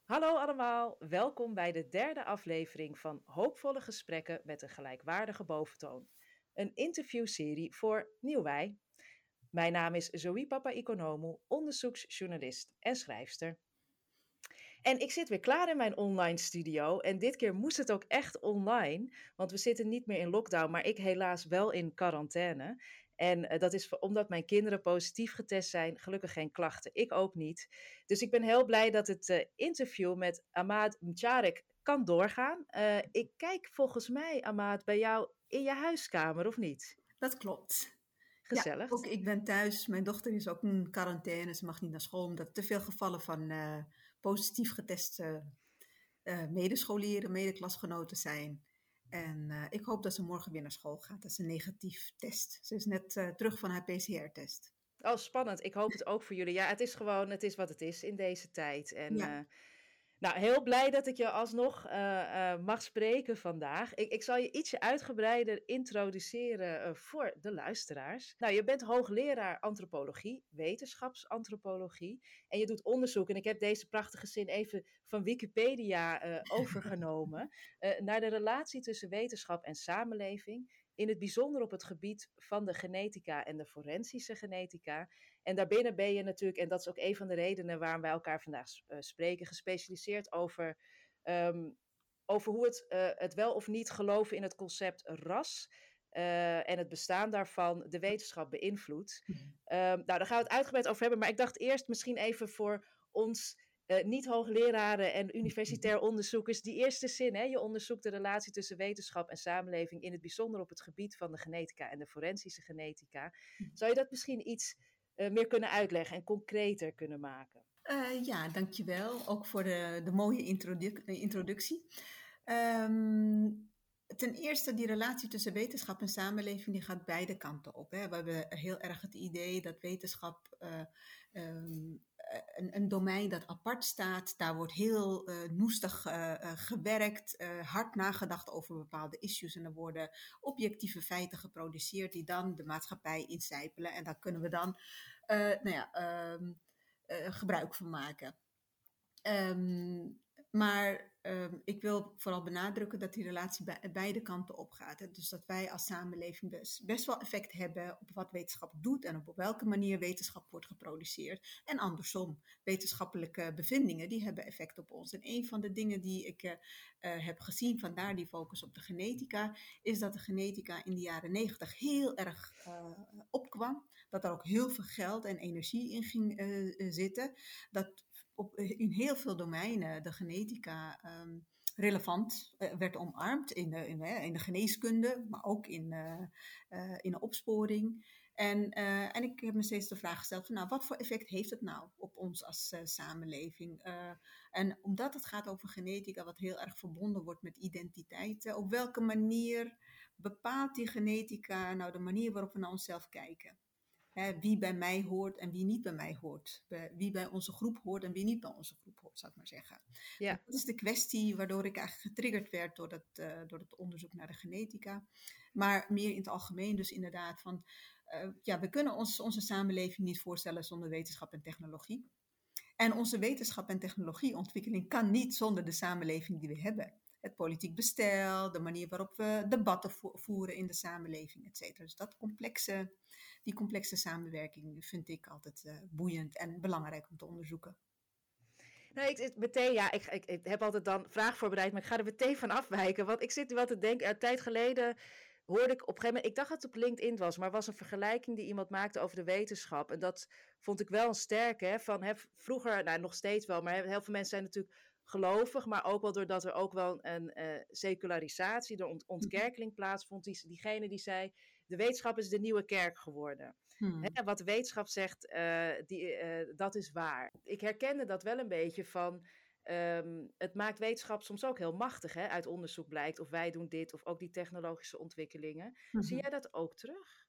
Hallo allemaal, welkom bij de derde aflevering van Hoopvolle Gesprekken met een gelijkwaardige boventoon. Een interviewserie voor Nieuwwij. Mijn naam is Zoe Papa-Economou, onderzoeksjournalist en schrijfster. En ik zit weer klaar in mijn online studio en dit keer moest het ook echt online, want we zitten niet meer in lockdown, maar ik helaas wel in quarantaine. En dat is omdat mijn kinderen positief getest zijn, gelukkig geen klachten, ik ook niet. Dus ik ben heel blij dat het interview met Ahmad Mcharek kan doorgaan. Ik kijk volgens mij, Ahmad, bij jou in je huiskamer, of niet? Dat klopt. Ja, Gezellig. ook ik ben thuis. Mijn dochter is ook in quarantaine. Ze mag niet naar school omdat er te veel gevallen van positief geteste medescholieren, medeklasgenoten zijn. En ik hoop dat ze morgen weer naar school gaat. Dat ze negatief test. Ze is net terug van haar PCR-test. Oh, spannend. Ik hoop het ook voor jullie. Ja, het is gewoon, het is wat het is in deze tijd. En Ja, nou, heel blij dat ik je alsnog mag spreken vandaag. Ik zal je ietsje uitgebreider introduceren voor de luisteraars. Nou, je bent hoogleraar antropologie, wetenschapsantropologie. En je doet onderzoek, en ik heb deze prachtige zin even van Wikipedia overgenomen, naar de relatie tussen wetenschap en samenleving. In het bijzonder op het gebied van de genetica en de forensische genetica. En daarbinnen ben je natuurlijk, en dat is ook een van de redenen waarom wij elkaar vandaag spreken, gespecialiseerd over hoe het wel of niet geloven in het concept ras en het bestaan daarvan de wetenschap beïnvloedt. Nou, daar gaan we het uitgebreid over hebben, maar ik dacht eerst misschien even voor ons niet-hoogleraren en universitair onderzoekers, die eerste zin, hè, je onderzoekt de relatie tussen wetenschap en samenleving, in het bijzonder op het gebied van de genetica en de forensische genetica. Zou je dat misschien iets meer kunnen uitleggen en concreter kunnen maken? ja, dankjewel. Ook voor de mooie introductie. Ehm, Ten eerste, die relatie tussen wetenschap en samenleving, die gaat beide kanten op. Hè. We hebben heel erg het idee dat wetenschap een domein dat apart staat. Daar wordt heel noestig gewerkt, hard nagedacht over bepaalde issues. En er worden objectieve feiten geproduceerd die dan de maatschappij incijpelen. En daar kunnen we dan gebruik van maken. Maar ik wil vooral benadrukken dat die relatie beide kanten opgaat. Hè? Dus dat wij als samenleving best wel effect hebben op wat wetenschap doet en op welke manier wetenschap wordt geproduceerd. En andersom, wetenschappelijke bevindingen die hebben effect op ons. En een van de dingen die ik heb gezien, vandaar die focus op de genetica, is dat de genetica in de jaren 90 heel erg opkwam. Dat er ook heel veel geld en energie in ging zitten. Dat in heel veel domeinen de genetica relevant werd omarmd in de geneeskunde, maar ook in de opsporing. En ik heb me steeds de vraag gesteld van, nou, wat voor effect heeft het nou op ons als samenleving? En omdat het gaat over genetica, wat heel erg verbonden wordt met identiteit, op welke manier bepaalt die genetica nou de manier waarop we naar onszelf kijken? Wie bij mij hoort en wie niet bij mij hoort. Wie bij onze groep hoort en wie niet bij onze groep hoort, zou ik maar zeggen. Dus Ja. dat is de kwestie waardoor ik eigenlijk getriggerd werd door het onderzoek naar de genetica. Maar meer in het algemeen dus inderdaad van, we kunnen onze samenleving niet voorstellen zonder wetenschap en technologie. En onze wetenschap en technologieontwikkeling kan niet zonder de samenleving die we hebben. Het politiek bestel, de manier waarop we debatten voeren in de samenleving, et cetera. Dus die complexe samenwerking vind ik altijd boeiend en belangrijk om te onderzoeken. Nou, meteen, ja, ik heb altijd dan vraag voorbereid, maar ik ga er meteen van afwijken. Want ik zit nu wel te denken, een tijd geleden hoorde ik op een gegeven moment, ik dacht dat het op LinkedIn was, maar was een vergelijking die iemand maakte over de wetenschap. En dat vond ik wel een sterke, hè, vroeger, nou nog steeds wel, maar heel veel mensen zijn natuurlijk gelovig, maar ook wel doordat er ook wel een secularisatie, de ontkerkeling plaatsvond. Diegene die zei, de wetenschap is de nieuwe kerk geworden. Hmm. Hè, wat de wetenschap zegt, dat is waar. Ik herkende dat wel een beetje van, het maakt wetenschap soms ook heel machtig. Hè? Uit onderzoek blijkt of wij doen dit of ook die technologische ontwikkelingen. Zie Mhm. jij dat ook terug?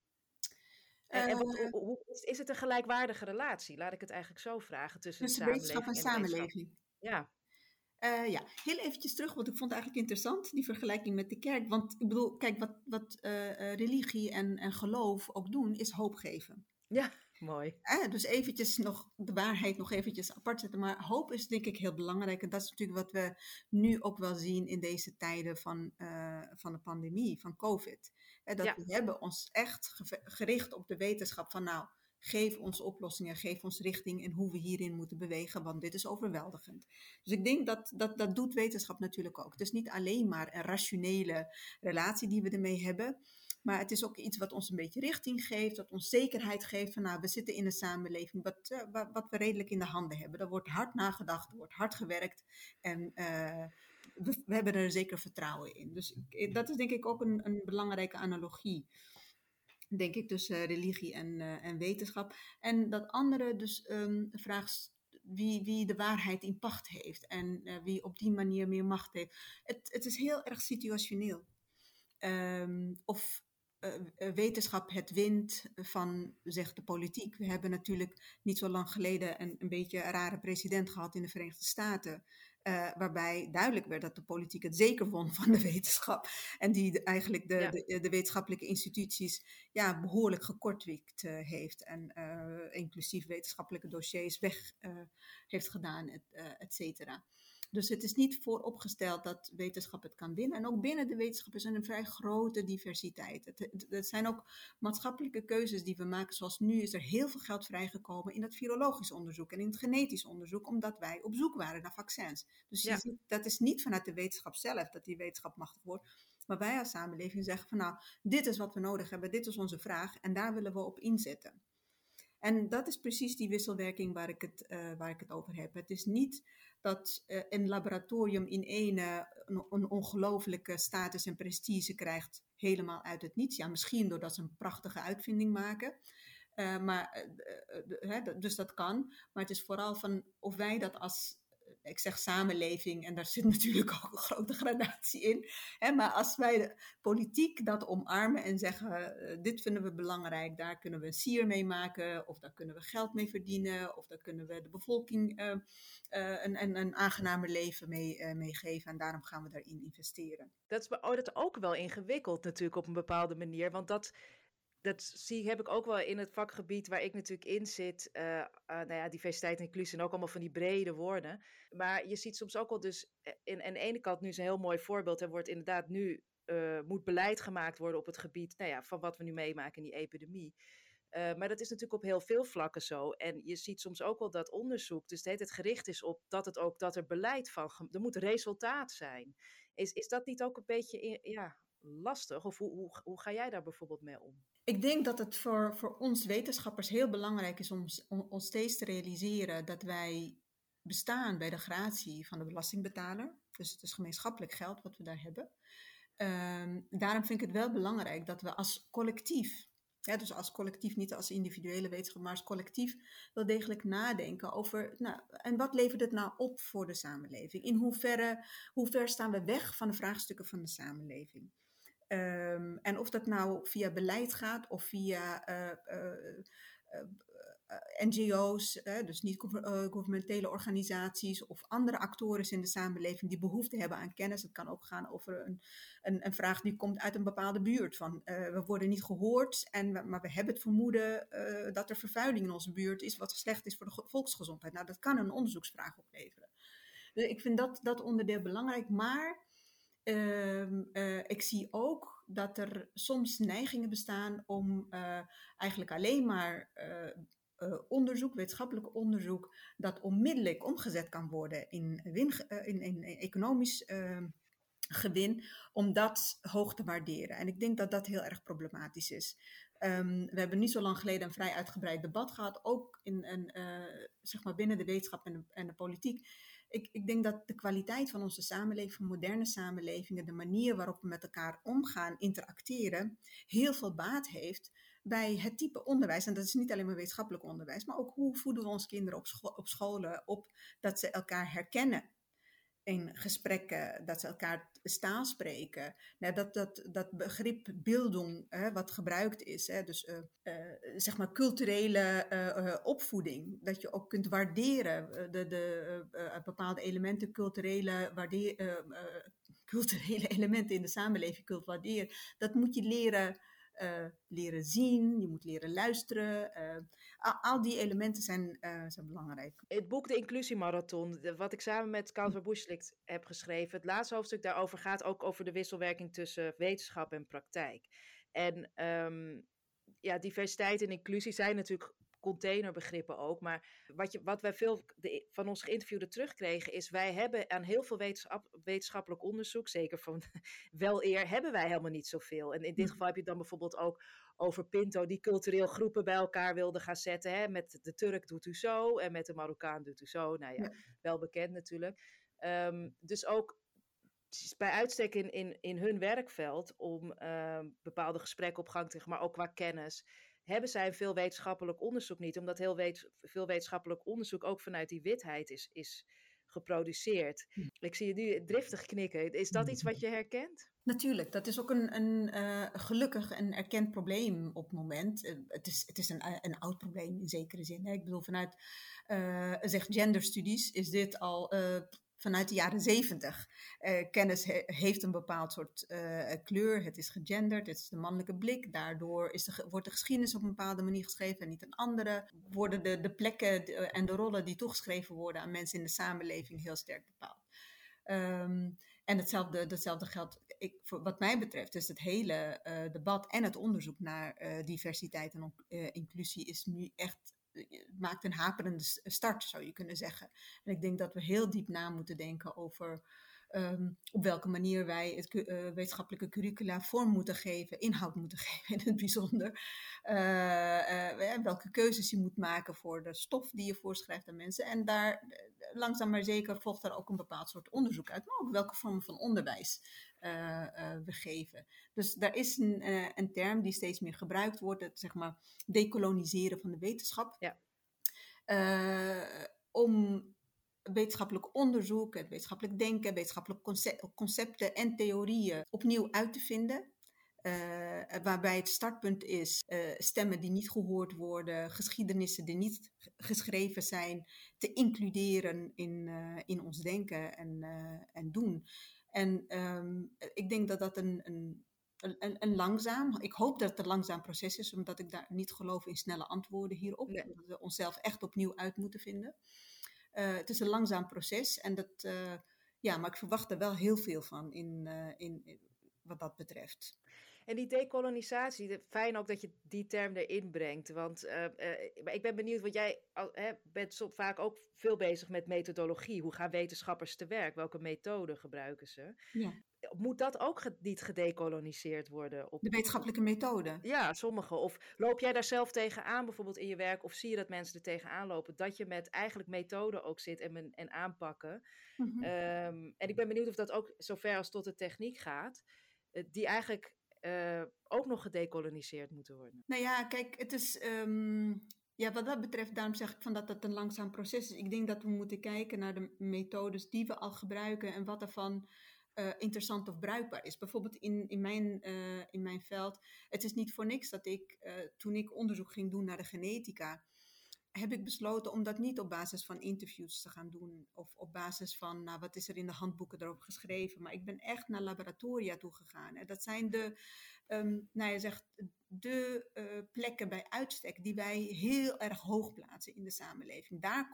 En Uh, is het een gelijkwaardige relatie? Laat ik het eigenlijk zo vragen tussen de Tussen wetenschap en samenleving en de wetenschap. samenleving. Ja, Ja, heel eventjes terug, want ik vond het eigenlijk interessant, die vergelijking met de kerk. Want ik bedoel, kijk, wat religie en geloof ook doen, is hoop geven. ja, Mooi. Dus eventjes nog de waarheid nog eventjes apart zetten. Maar hoop is denk ik heel belangrijk. En dat is natuurlijk wat we nu ook wel zien in deze tijden van de pandemie, van COVID. Dat Ja, we hebben ons echt gericht op de wetenschap van nou, geef ons oplossingen, geef ons richting en hoe we hierin moeten bewegen, want dit is overweldigend. Dus ik denk dat doet wetenschap natuurlijk ook. Het is niet alleen maar een rationele relatie die we ermee hebben. Maar het is ook iets wat ons een beetje richting geeft, wat ons zekerheid geeft van nou, we zitten in een samenleving wat we redelijk in de handen hebben. Er wordt hard nagedacht, er wordt hard gewerkt en we hebben er zeker vertrouwen in. Dus dat is denk ik ook een belangrijke analogie, denk ik, tussen religie en wetenschap. En dat andere dus vraagt wie de waarheid in pacht heeft en wie op die manier meer macht heeft. Het is heel erg situationeel. Of wetenschap het wint van, zegt de politiek. We hebben natuurlijk niet zo lang geleden een beetje een rare president gehad in de Verenigde Staten. Waarbij duidelijk werd dat de politiek het zeker won van de wetenschap. En die eigenlijk ja. de wetenschappelijke instituties behoorlijk gekortwiekt heeft. En inclusief wetenschappelijke dossiers weg heeft gedaan, et cetera. Dus het is niet vooropgesteld dat wetenschap het kan winnen. En ook binnen de wetenschap is er een vrij grote diversiteit. Het zijn ook maatschappelijke keuzes die we maken. Zoals nu is er heel veel geld vrijgekomen in het virologisch onderzoek en in het genetisch onderzoek. Omdat wij op zoek waren naar vaccins. Dus je Ja. ziet, dat is niet vanuit de wetenschap zelf dat die wetenschap machtig wordt. Maar wij als samenleving zeggen van nou, dit is wat we nodig hebben. Dit is onze vraag en daar willen we op inzetten. En dat is precies die wisselwerking waar ik het over heb. Het is niet dat een laboratorium in een ongelofelijke status en prestige krijgt helemaal uit het niets. Ja, misschien doordat ze een prachtige uitvinding maken. Dus dat kan. Maar het is vooral van of wij dat als, ik zeg samenleving, en daar zit natuurlijk ook een grote gradatie in. Maar als wij de politiek dat omarmen en zeggen, dit vinden we belangrijk, daar kunnen we sier mee maken, of daar kunnen we geld mee verdienen, of daar kunnen we de bevolking een aangenamer leven mee geven. En daarom gaan we daarin investeren. Dat is ook wel ingewikkeld natuurlijk op een bepaalde manier. Want heb ik ook wel in het vakgebied waar ik natuurlijk in zit. Nou ja, diversiteit en inclusie en ook allemaal van die brede woorden. Maar je ziet soms ook wel dus, aan de ene kant nu is een heel mooi voorbeeld. Er wordt inderdaad nu, moet beleid gemaakt worden op het gebied, nou ja, van wat we nu meemaken in die epidemie. Maar dat is natuurlijk op heel veel vlakken zo. En je ziet soms ook wel dat onderzoek dus de hele tijd gericht is op dat er beleid van, er moet resultaat zijn. Is dat niet ook een beetje lastig? Of hoe ga jij daar bijvoorbeeld mee om? Ik denk dat het voor ons wetenschappers heel belangrijk is om ons steeds te realiseren dat wij bestaan bij de gratie van de belastingbetaler. Dus het is gemeenschappelijk geld wat we daar hebben. Daarom vind ik het wel belangrijk dat we als collectief, dus als collectief, niet als individuele wetenschap, maar als collectief wel degelijk nadenken over, nou, en wat levert het nou op voor de samenleving? In hoe ver staan we weg van de vraagstukken van de samenleving? En of dat nou via beleid gaat of via NGO's, dus niet-gouvernementele organisaties of andere actoren in de samenleving die behoefte hebben aan kennis. Het kan ook gaan over een vraag die komt uit een bepaalde buurt. Van, we worden niet gehoord, maar we hebben het vermoeden dat er vervuiling in onze buurt is wat slecht is voor de volksgezondheid. Nou, dat kan een onderzoeksvraag opleveren. Dus ik vind dat onderdeel belangrijk, maar ik zie ook dat er soms neigingen bestaan om eigenlijk alleen maar wetenschappelijk onderzoek, dat onmiddellijk omgezet kan worden in economisch gewin, om dat hoog te waarderen. En ik denk dat dat heel erg problematisch is. We hebben niet zo lang geleden een vrij uitgebreid debat gehad, ook zeg maar binnen de wetenschap en de politiek. Ik denk dat de kwaliteit van onze samenleving, van moderne samenlevingen, de manier waarop we met elkaar omgaan, interacteren, heel veel baat heeft bij het type onderwijs. En dat is niet alleen maar wetenschappelijk onderwijs, maar ook hoe voeden we onze kinderen op scholen op, dat ze elkaar herkennen in gesprekken, dat ze elkaar taal spreken. Nou, dat begrip bildung, wat gebruikt is, dus zeg maar culturele opvoeding, dat je ook kunt waarderen, bepaalde elementen, culturele elementen in de samenleving kunt waarderen. Dat moet je leren zien, je moet leren luisteren. al die elementen zijn belangrijk. Het boek De Inclusiemarathon, wat ik samen met Kaveh Bushlicht heb geschreven, het laatste hoofdstuk daarover gaat ook over de wisselwerking tussen wetenschap en praktijk. En diversiteit en inclusie zijn natuurlijk containerbegrippen ook, maar wat wij veel van onze geïnterviewden terugkregen is, wij hebben aan heel veel wetenschappelijk onderzoek, zeker van wel eer, hebben wij helemaal niet zoveel. En in dit geval heb je dan bijvoorbeeld ook over Pinto, die cultureel groepen bij elkaar wilde gaan zetten. Hè? Met de Turk doet u zo en met de Marokkaan doet u zo. Nou ja, wel bekend natuurlijk. Dus ook bij uitstek in hun werkveld om bepaalde gesprekken op gang te krijgen, maar ook qua kennis, hebben zij veel wetenschappelijk onderzoek niet. Omdat veel wetenschappelijk onderzoek ook vanuit die witheid is geproduceerd. Ik zie je nu driftig knikken. Is dat iets wat je herkent? Natuurlijk, dat is ook een gelukkig en erkend probleem op het moment. Het is een oud probleem in zekere zin. Hè. Ik bedoel, vanuit genderstudies is dit al vanuit de jaren 70. Kennis heeft een bepaald soort kleur. Het is gegenderd, het is de mannelijke blik. Daardoor wordt de geschiedenis op een bepaalde manier geschreven en niet een andere. Worden de plekken en de rollen die toegeschreven worden aan mensen in de samenleving heel sterk bepaald. En datzelfde geldt, wat mij betreft, is het hele debat en het onderzoek naar diversiteit en inclusie is nu echt, maakt een haperende start, zou je kunnen zeggen. En ik denk dat we heel diep na moeten denken over op welke manier wij het wetenschappelijke curricula vorm moeten geven, inhoud moeten geven in het bijzonder. Welke keuzes je moet maken voor de stof die je voorschrijft aan mensen. En daar langzaam maar zeker volgt er ook een bepaald soort onderzoek uit, maar ook welke vormen van onderwijs we geven. Dus daar is een term die steeds meer gebruikt wordt, het zeg maar dekoloniseren van de wetenschap. Ja. Om wetenschappelijk onderzoek, het wetenschappelijk denken, wetenschappelijke concepten en theorieën opnieuw uit te vinden. Waarbij het startpunt is stemmen die niet gehoord worden, geschiedenissen die niet geschreven zijn, te includeren in ons denken en doen. En ik denk dat dat een langzaam, ik hoop dat het een langzaam proces is, omdat ik daar niet geloof in snelle antwoorden hierop. Nee. Dat we onszelf echt opnieuw uit moeten vinden. Het is een langzaam proces en maar ik verwacht er wel heel veel van in wat dat betreft. En die dekolonisatie, fijn ook dat je die term erin brengt. Want ik ben benieuwd, want jij bent vaak ook veel bezig met methodologie. Hoe gaan wetenschappers te werk? Welke methoden gebruiken ze? Ja. Moet dat ook niet gedekoloniseerd worden? De wetenschappelijke methode? Ja, sommige. Of loop jij daar zelf tegenaan bijvoorbeeld in je werk? Of zie je dat mensen er tegenaan lopen? Dat je met eigenlijk methoden ook zit en aanpakken. Mm-hmm. En ik ben benieuwd of dat ook zover als tot de techniek gaat. Die eigenlijk ook nog gedekoloniseerd moeten worden. Nou ja, kijk, het is... wat dat betreft, daarom zeg ik van dat het een langzaam proces is. Ik denk dat we moeten kijken naar de methodes die we al gebruiken en wat ervan interessant of bruikbaar is. Bijvoorbeeld in mijn veld. Het is niet voor niks dat ik, toen ik onderzoek ging doen naar de genetica, heb ik besloten om dat niet op basis van interviews te gaan doen. Of op basis van, wat is er in de handboeken erop geschreven. Maar ik ben echt naar laboratoria toe gegaan. En dat zijn de plekken bij uitstek die wij heel erg hoog plaatsen in de samenleving. Daar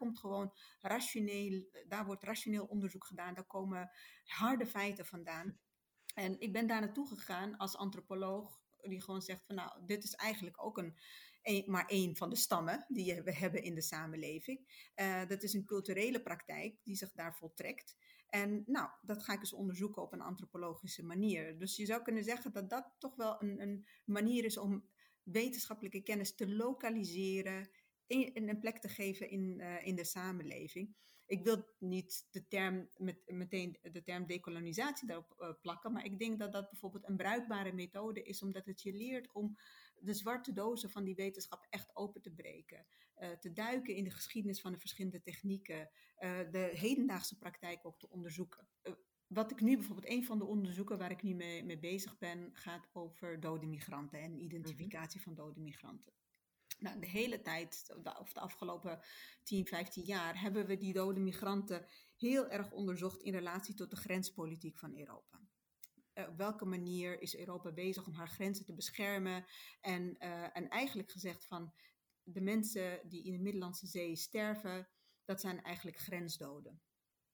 wordt rationeel onderzoek gedaan. Daar komen harde feiten vandaan. En ik ben daar naartoe gegaan als antropoloog, die gewoon zegt van dit is eigenlijk ook maar één van de stammen die we hebben in de samenleving. Dat is een culturele praktijk die zich daar voltrekt. En dat ga ik eens onderzoeken op een antropologische manier. Dus je zou kunnen zeggen dat dat toch wel een manier is om wetenschappelijke kennis te lokaliseren en een plek te geven in de samenleving. Ik wil niet meteen de term dekolonisatie daarop plakken, maar ik denk dat dat bijvoorbeeld een bruikbare methode is, omdat het je leert om de zwarte dozen van die wetenschap echt open te breken. Te duiken in de geschiedenis van de verschillende technieken. De hedendaagse praktijk ook te onderzoeken. Wat ik nu bijvoorbeeld, een van de onderzoeken waar ik nu mee bezig ben, gaat over dode migranten en identificatie van dode migranten. De hele tijd, of de afgelopen 10, 15 jaar, hebben we die dode migranten heel erg onderzocht in relatie tot de grenspolitiek van Europa. Op welke manier is Europa bezig om haar grenzen te beschermen? En eigenlijk gezegd van, de mensen die in de Middellandse Zee sterven, dat zijn eigenlijk grensdoden.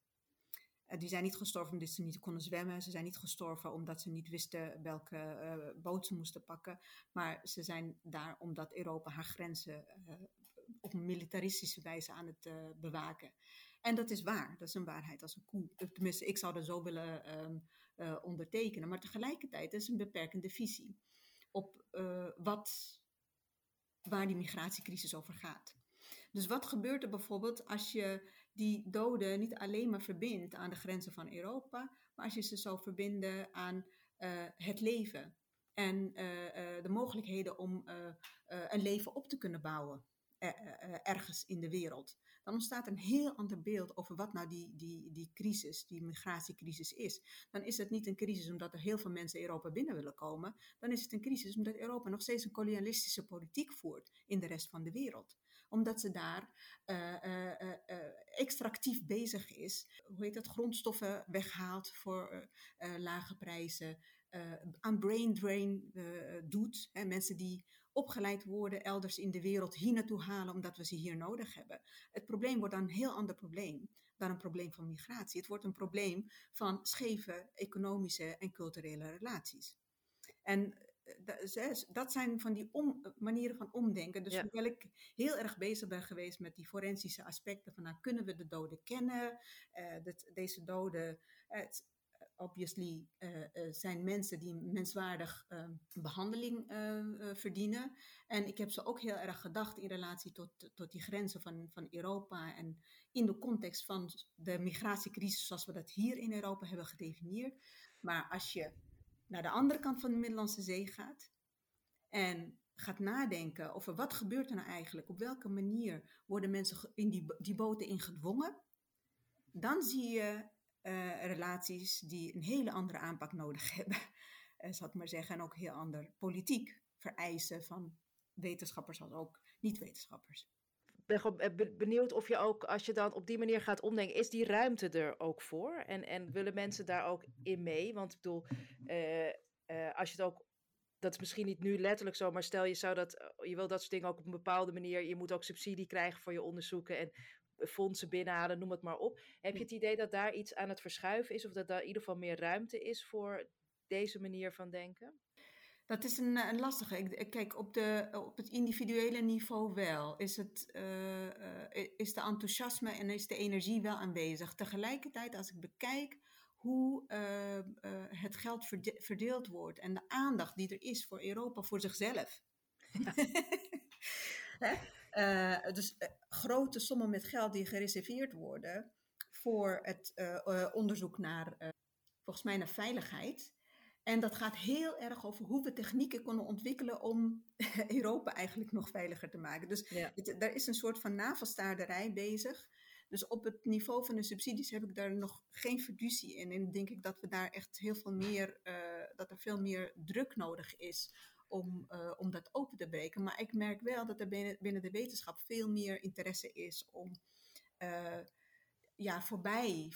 Die zijn niet gestorven omdat ze niet konden zwemmen. Ze zijn niet gestorven omdat ze niet wisten welke boot ze moesten pakken. Maar ze zijn daar omdat Europa haar grenzen op een militaristische wijze aan het bewaken. En dat is waar. Dat is een waarheid als een koe. Tenminste, ik zou dat zo willen ondertekenen. Maar tegelijkertijd is het een beperkende visie op waar die migratiecrisis over gaat. Dus wat gebeurt er bijvoorbeeld als je die doden niet alleen maar verbindt aan de grenzen van Europa, maar als je ze zou verbinden aan het leven en de mogelijkheden om een leven op te kunnen bouwen ergens in de wereld. Dan ontstaat een heel ander beeld over wat nou die crisis, die migratiecrisis is. Dan is het niet een crisis omdat er heel veel mensen Europa binnen willen komen. Dan is het een crisis omdat Europa nog steeds een kolonialistische politiek voert in de rest van de wereld. Omdat ze daar extractief bezig is. Hoe heet dat? Grondstoffen weghaalt voor lage prijzen. Aan brain drain doet. Hè, mensen die opgeleid worden elders in de wereld hier naartoe halen omdat we ze hier nodig hebben. Het probleem wordt dan een heel ander probleem dan een probleem van migratie. Het wordt een probleem van scheve economische en culturele relaties. En dat zijn van die manieren van omdenken. Dus hoewel ik heel erg bezig ben geweest met die forensische aspecten van, nou, kunnen we de doden kennen? Deze doden, obviously, zijn mensen die menswaardig behandeling verdienen. En ik heb ze ook heel erg gedacht in relatie tot die grenzen van Europa en in de context van de migratiecrisis zoals we dat hier in Europa hebben gedefinieerd. Maar als je naar de andere kant van de Middellandse Zee gaat en gaat nadenken over wat gebeurt er nou eigenlijk, op welke manier worden mensen in die boten ingedwongen, dan zie je relaties die een hele andere aanpak nodig hebben, zal ik maar zeggen, en ook heel ander politiek vereisen van wetenschappers als ook niet-wetenschappers. Ik ben gewoon benieuwd of je ook, als je dan op die manier gaat omdenken, is die ruimte er ook voor? En willen mensen daar ook in mee? Want ik bedoel, als je het ook, dat is misschien niet nu letterlijk zo, maar stel je wil dat soort dingen ook op een bepaalde manier, je moet ook subsidie krijgen voor je onderzoeken en fondsen binnenhalen, noem het maar op. Heb je het idee dat daar iets aan het verschuiven is, of dat daar in ieder geval meer ruimte is voor deze manier van denken? Dat is een lastige. Kijk, op het individuele niveau wel. Is de enthousiasme en is de energie wel aanwezig. Tegelijkertijd, als ik bekijk hoe het geld verdeeld wordt en de aandacht die er is voor Europa, voor zichzelf. Dus grote sommen met geld die gereserveerd worden voor het onderzoek naar, volgens mij, naar veiligheid. En dat gaat heel erg over hoe we technieken kunnen ontwikkelen om Europa eigenlijk nog veiliger te maken. Dus daar is een soort van navelstaarderij bezig. Dus op het niveau van de subsidies heb ik daar nog geen fiducie in. En denk ik dat we daar echt heel veel meer, dat er veel meer druk nodig is om dat open te breken. Maar ik merk wel dat er binnen de wetenschap veel meer interesse is om voorbij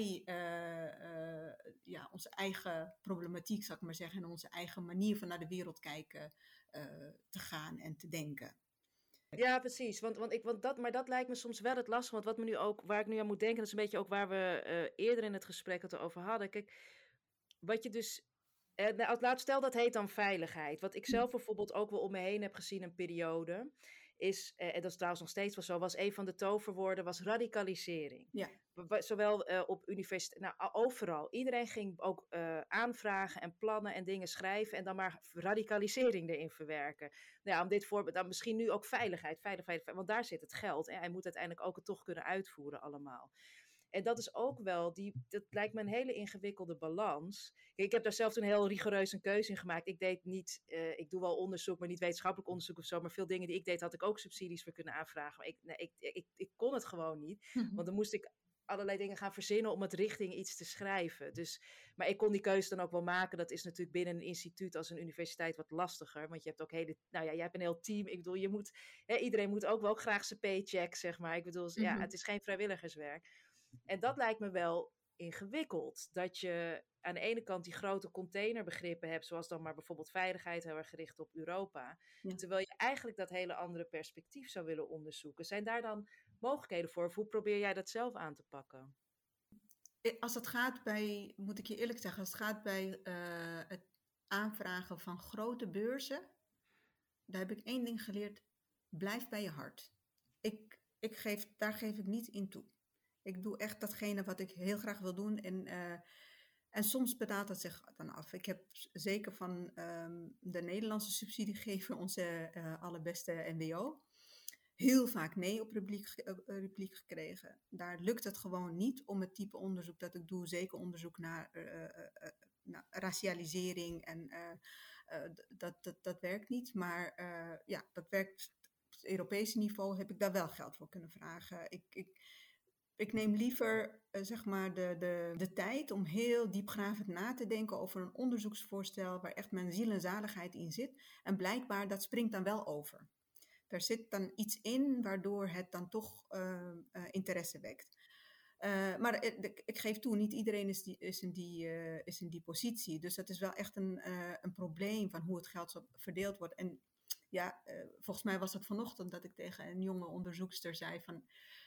onze eigen problematiek, zal ik maar zeggen, en onze eigen manier van naar de wereld kijken te gaan en te denken. Ja, precies. Maar dat lijkt me soms wel het lastige. Want waar ik nu aan moet denken, dat is een beetje ook waar we eerder in het gesprek het over hadden. Kijk, wat je dus. Stel dat heet dan veiligheid. Wat ik zelf bijvoorbeeld ook wel om me heen heb gezien een periode, is, en dat is trouwens nog steeds wel zo, was een van de toverwoorden was radicalisering. Ja. Zowel op universiteit, nou overal. Iedereen ging ook aanvragen en plannen en dingen schrijven en dan maar radicalisering erin verwerken. Nou ja, om dit voorbeeld, dan misschien nu ook veiligheid, want daar zit het geld. En hij moet uiteindelijk ook het toch kunnen uitvoeren allemaal. En dat is ook wel, dat lijkt me een hele ingewikkelde balans. Kijk, ik heb daar zelf toen heel rigoureus een keuze in gemaakt. Ik deed niet, ik doe wel onderzoek, maar niet wetenschappelijk onderzoek of zo. Maar veel dingen die ik deed, had ik ook subsidies voor kunnen aanvragen. Maar ik kon het gewoon niet. Want dan moest ik allerlei dingen gaan verzinnen om het richting iets te schrijven. Dus, maar ik kon die keuze dan ook wel maken. Dat is natuurlijk binnen een instituut als een universiteit wat lastiger. Want je hebt ook jij hebt een heel team. Ik bedoel, iedereen moet ook wel graag zijn paycheck, zeg maar. Ik bedoel, het is geen vrijwilligerswerk. En dat lijkt me wel ingewikkeld. Dat je aan de ene kant die grote containerbegrippen hebt, zoals dan maar bijvoorbeeld veiligheid, heel erg gericht op Europa. Ja. Terwijl je eigenlijk dat hele andere perspectief zou willen onderzoeken. Zijn daar dan mogelijkheden voor? Of hoe probeer jij dat zelf aan te pakken? Als het gaat bij, moet ik je eerlijk zeggen, als het gaat bij het aanvragen van grote beurzen, daar heb ik één ding geleerd: blijf bij je hart. Daar geef ik niet in toe. Ik doe echt datgene wat ik heel graag wil doen. En soms betaalt het zich dan af. Ik heb zeker van de Nederlandse subsidiegever, onze allerbeste NWO, heel vaak nee op repliek gekregen. Daar lukt het gewoon niet om het type onderzoek dat ik doe, zeker onderzoek naar racialisering en dat werkt niet. Maar ja, dat werkt op het Europese niveau, heb ik daar wel geld voor kunnen vragen. Ik neem liever zeg maar de tijd om heel diepgravend na te denken over een onderzoeksvoorstel waar echt mijn ziel en zaligheid in zit. En blijkbaar, dat springt dan wel over. Er zit dan iets in waardoor het dan toch interesse wekt. Maar ik geef toe, niet iedereen is in die positie. Dus dat is wel echt een probleem van hoe het geld verdeeld wordt. En ja, volgens mij was het vanochtend dat ik tegen een jonge onderzoekster zei van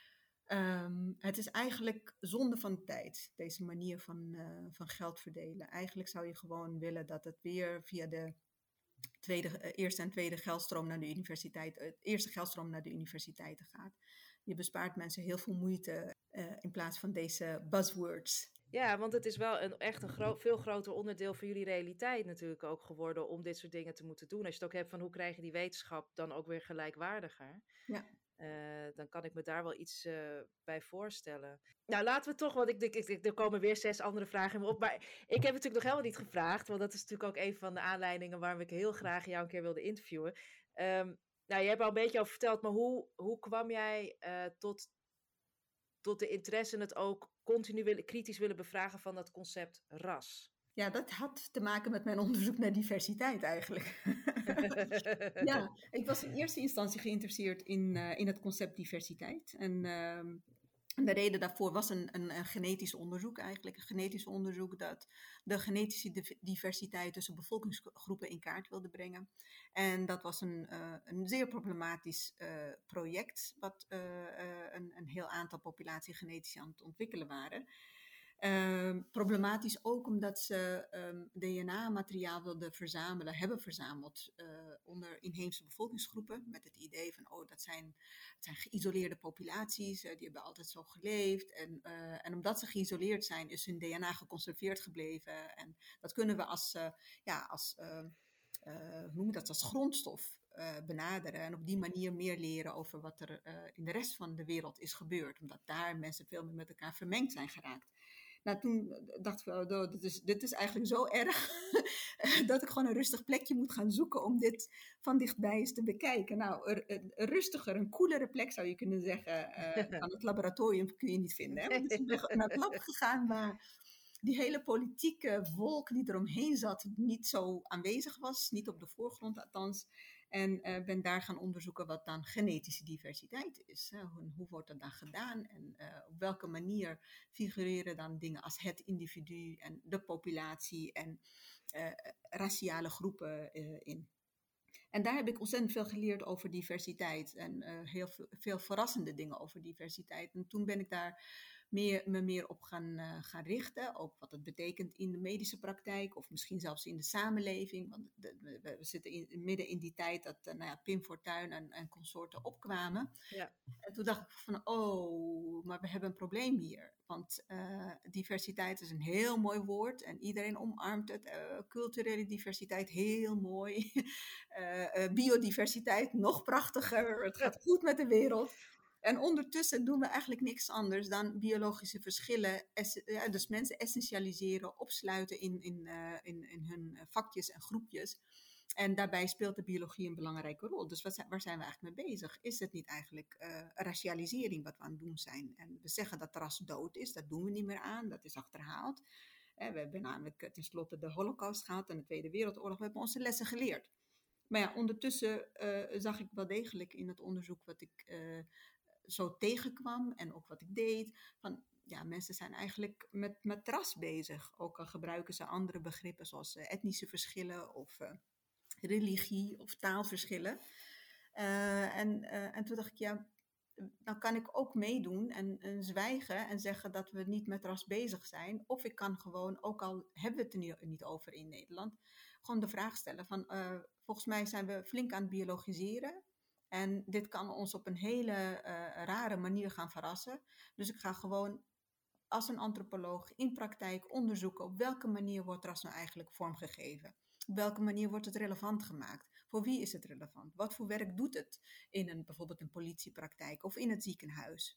het is eigenlijk zonde van tijd, deze manier van geld verdelen. Eigenlijk zou je gewoon willen dat het weer via de eerste en tweede geldstroom naar de universiteit, eerste geldstroom naar de universiteiten gaat. Je bespaart mensen heel veel moeite in plaats van deze buzzwords. Ja, want het is wel echt een veel groter onderdeel van jullie realiteit natuurlijk ook geworden om dit soort dingen te moeten doen. Als je het ook hebt van hoe krijg je die wetenschap dan ook weer gelijkwaardiger. Ja. Dan kan ik me daar wel iets bij voorstellen. Nou, laten we toch, want er komen weer 6 andere vragen in me op. Maar ik heb natuurlijk nog helemaal niet gevraagd, want dat is natuurlijk ook een van de aanleidingen waarom ik heel graag jou een keer wilde interviewen. Nou, je hebt al een beetje over verteld, maar hoe kwam jij tot de interesse en het ook continu kritisch willen bevragen van dat concept ras? Ja, dat had te maken met mijn onderzoek naar diversiteit eigenlijk. Ja, ik was in eerste instantie geïnteresseerd in het concept diversiteit. En de reden daarvoor was een genetisch onderzoek eigenlijk. Een genetisch onderzoek dat de genetische diversiteit tussen bevolkingsgroepen in kaart wilde brengen. En dat was een zeer problematisch project, wat een heel aantal populatie-genetici aan het ontwikkelen waren. Problematisch ook omdat ze DNA-materiaal hebben verzameld onder inheemse bevolkingsgroepen. Met het idee van, dat zijn geïsoleerde populaties, die hebben altijd zo geleefd. En omdat ze geïsoleerd zijn, is hun DNA geconserveerd gebleven. En dat kunnen we als grondstof benaderen. En op die manier meer leren over wat er in de rest van de wereld is gebeurd. Omdat daar mensen veel meer met elkaar vermengd zijn geraakt. Nou, toen dacht ik, dit is eigenlijk zo erg dat ik gewoon een rustig plekje moet gaan zoeken om dit van dichtbij eens te bekijken. Nou, een rustiger, een koelere plek zou je kunnen zeggen van het laboratorium kun je niet vinden. Hè? Dus ik ben naar het lab gegaan waar die hele politieke wolk die eromheen zat niet zo aanwezig was, niet op de voorgrond althans. En ben daar gaan onderzoeken wat dan genetische diversiteit is. Hoe wordt dat dan gedaan en op welke manier figureren dan dingen als het individu en de populatie en raciale groepen in. En daar heb ik ontzettend veel geleerd over diversiteit en heel veel verrassende dingen over diversiteit. En toen ben ik daar me meer op gaan richten, ook wat het betekent in de medische praktijk of misschien zelfs in de samenleving. Want we zitten midden in die tijd dat Pim Fortuyn en consorten opkwamen. Ja. En toen dacht ik van, maar we hebben een probleem hier. Want diversiteit is een heel mooi woord en iedereen omarmt het. Culturele diversiteit, heel mooi. Biodiversiteit, nog prachtiger. Het gaat goed met de wereld. En ondertussen doen we eigenlijk niks anders dan biologische verschillen, dus mensen essentialiseren, opsluiten in hun vakjes en groepjes. En daarbij speelt de biologie een belangrijke rol. Dus waar zijn we eigenlijk mee bezig? Is het niet eigenlijk racialisering wat we aan het doen zijn? En we zeggen dat ras dood is, dat doen we niet meer aan, dat is achterhaald. We hebben namelijk tenslotte de Holocaust gehad en de Tweede Wereldoorlog. We hebben onze lessen geleerd. Maar ja, ondertussen zag ik wel degelijk in het onderzoek wat ik zo tegenkwam en ook wat ik deed, van mensen zijn eigenlijk met ras bezig. Ook al gebruiken ze andere begrippen zoals etnische verschillen of religie of taalverschillen. En toen dacht ik, ja, dan kan ik ook meedoen en zwijgen en zeggen dat we niet met ras bezig zijn. Of ik kan gewoon, ook al hebben we het er niet over in Nederland, gewoon de vraag stellen van, volgens mij zijn we flink aan het biologiseren. En dit kan ons op een hele rare manier gaan verrassen. Dus ik ga gewoon als een antropoloog in praktijk onderzoeken op welke manier wordt ras nou eigenlijk vormgegeven. Op welke manier wordt het relevant gemaakt? Voor wie is het relevant? Wat voor werk doet het in bijvoorbeeld een politiepraktijk of in het ziekenhuis?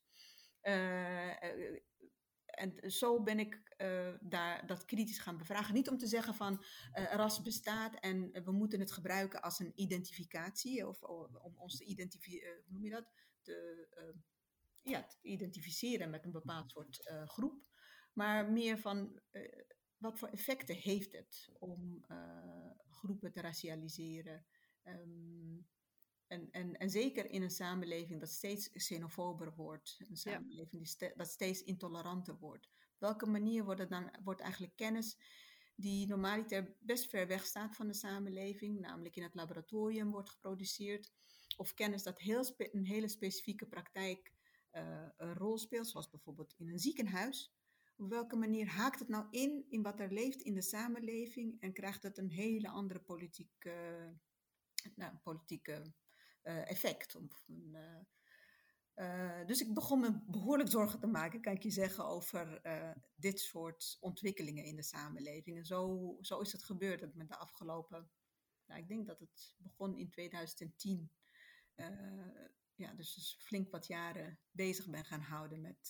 En zo ben ik daar dat kritisch gaan bevragen. Niet om te zeggen van ras bestaat en we moeten het gebruiken als een identificatie. Of om ons te identificeren, hoe noem je dat? Te identificeren met een bepaald soort groep. Maar meer van wat voor effecten heeft het om groepen te racialiseren? En zeker in een samenleving dat steeds xenofober wordt, een samenleving dat steeds intoleranter wordt. Op welke manier wordt eigenlijk kennis die normaliter best ver weg staat van de samenleving, namelijk in het laboratorium wordt geproduceerd, of kennis dat een hele specifieke praktijk een rol speelt, zoals bijvoorbeeld in een ziekenhuis. Op welke manier haakt het nou in wat er leeft in de samenleving en krijgt het een hele andere politieke effect? Dus ik begon me behoorlijk zorgen te maken, kan ik je zeggen, over dit soort ontwikkelingen in de samenleving. En zo is het gebeurd dat met de afgelopen, ik denk dat het begon in 2010. Dus flink wat jaren bezig ben gaan houden met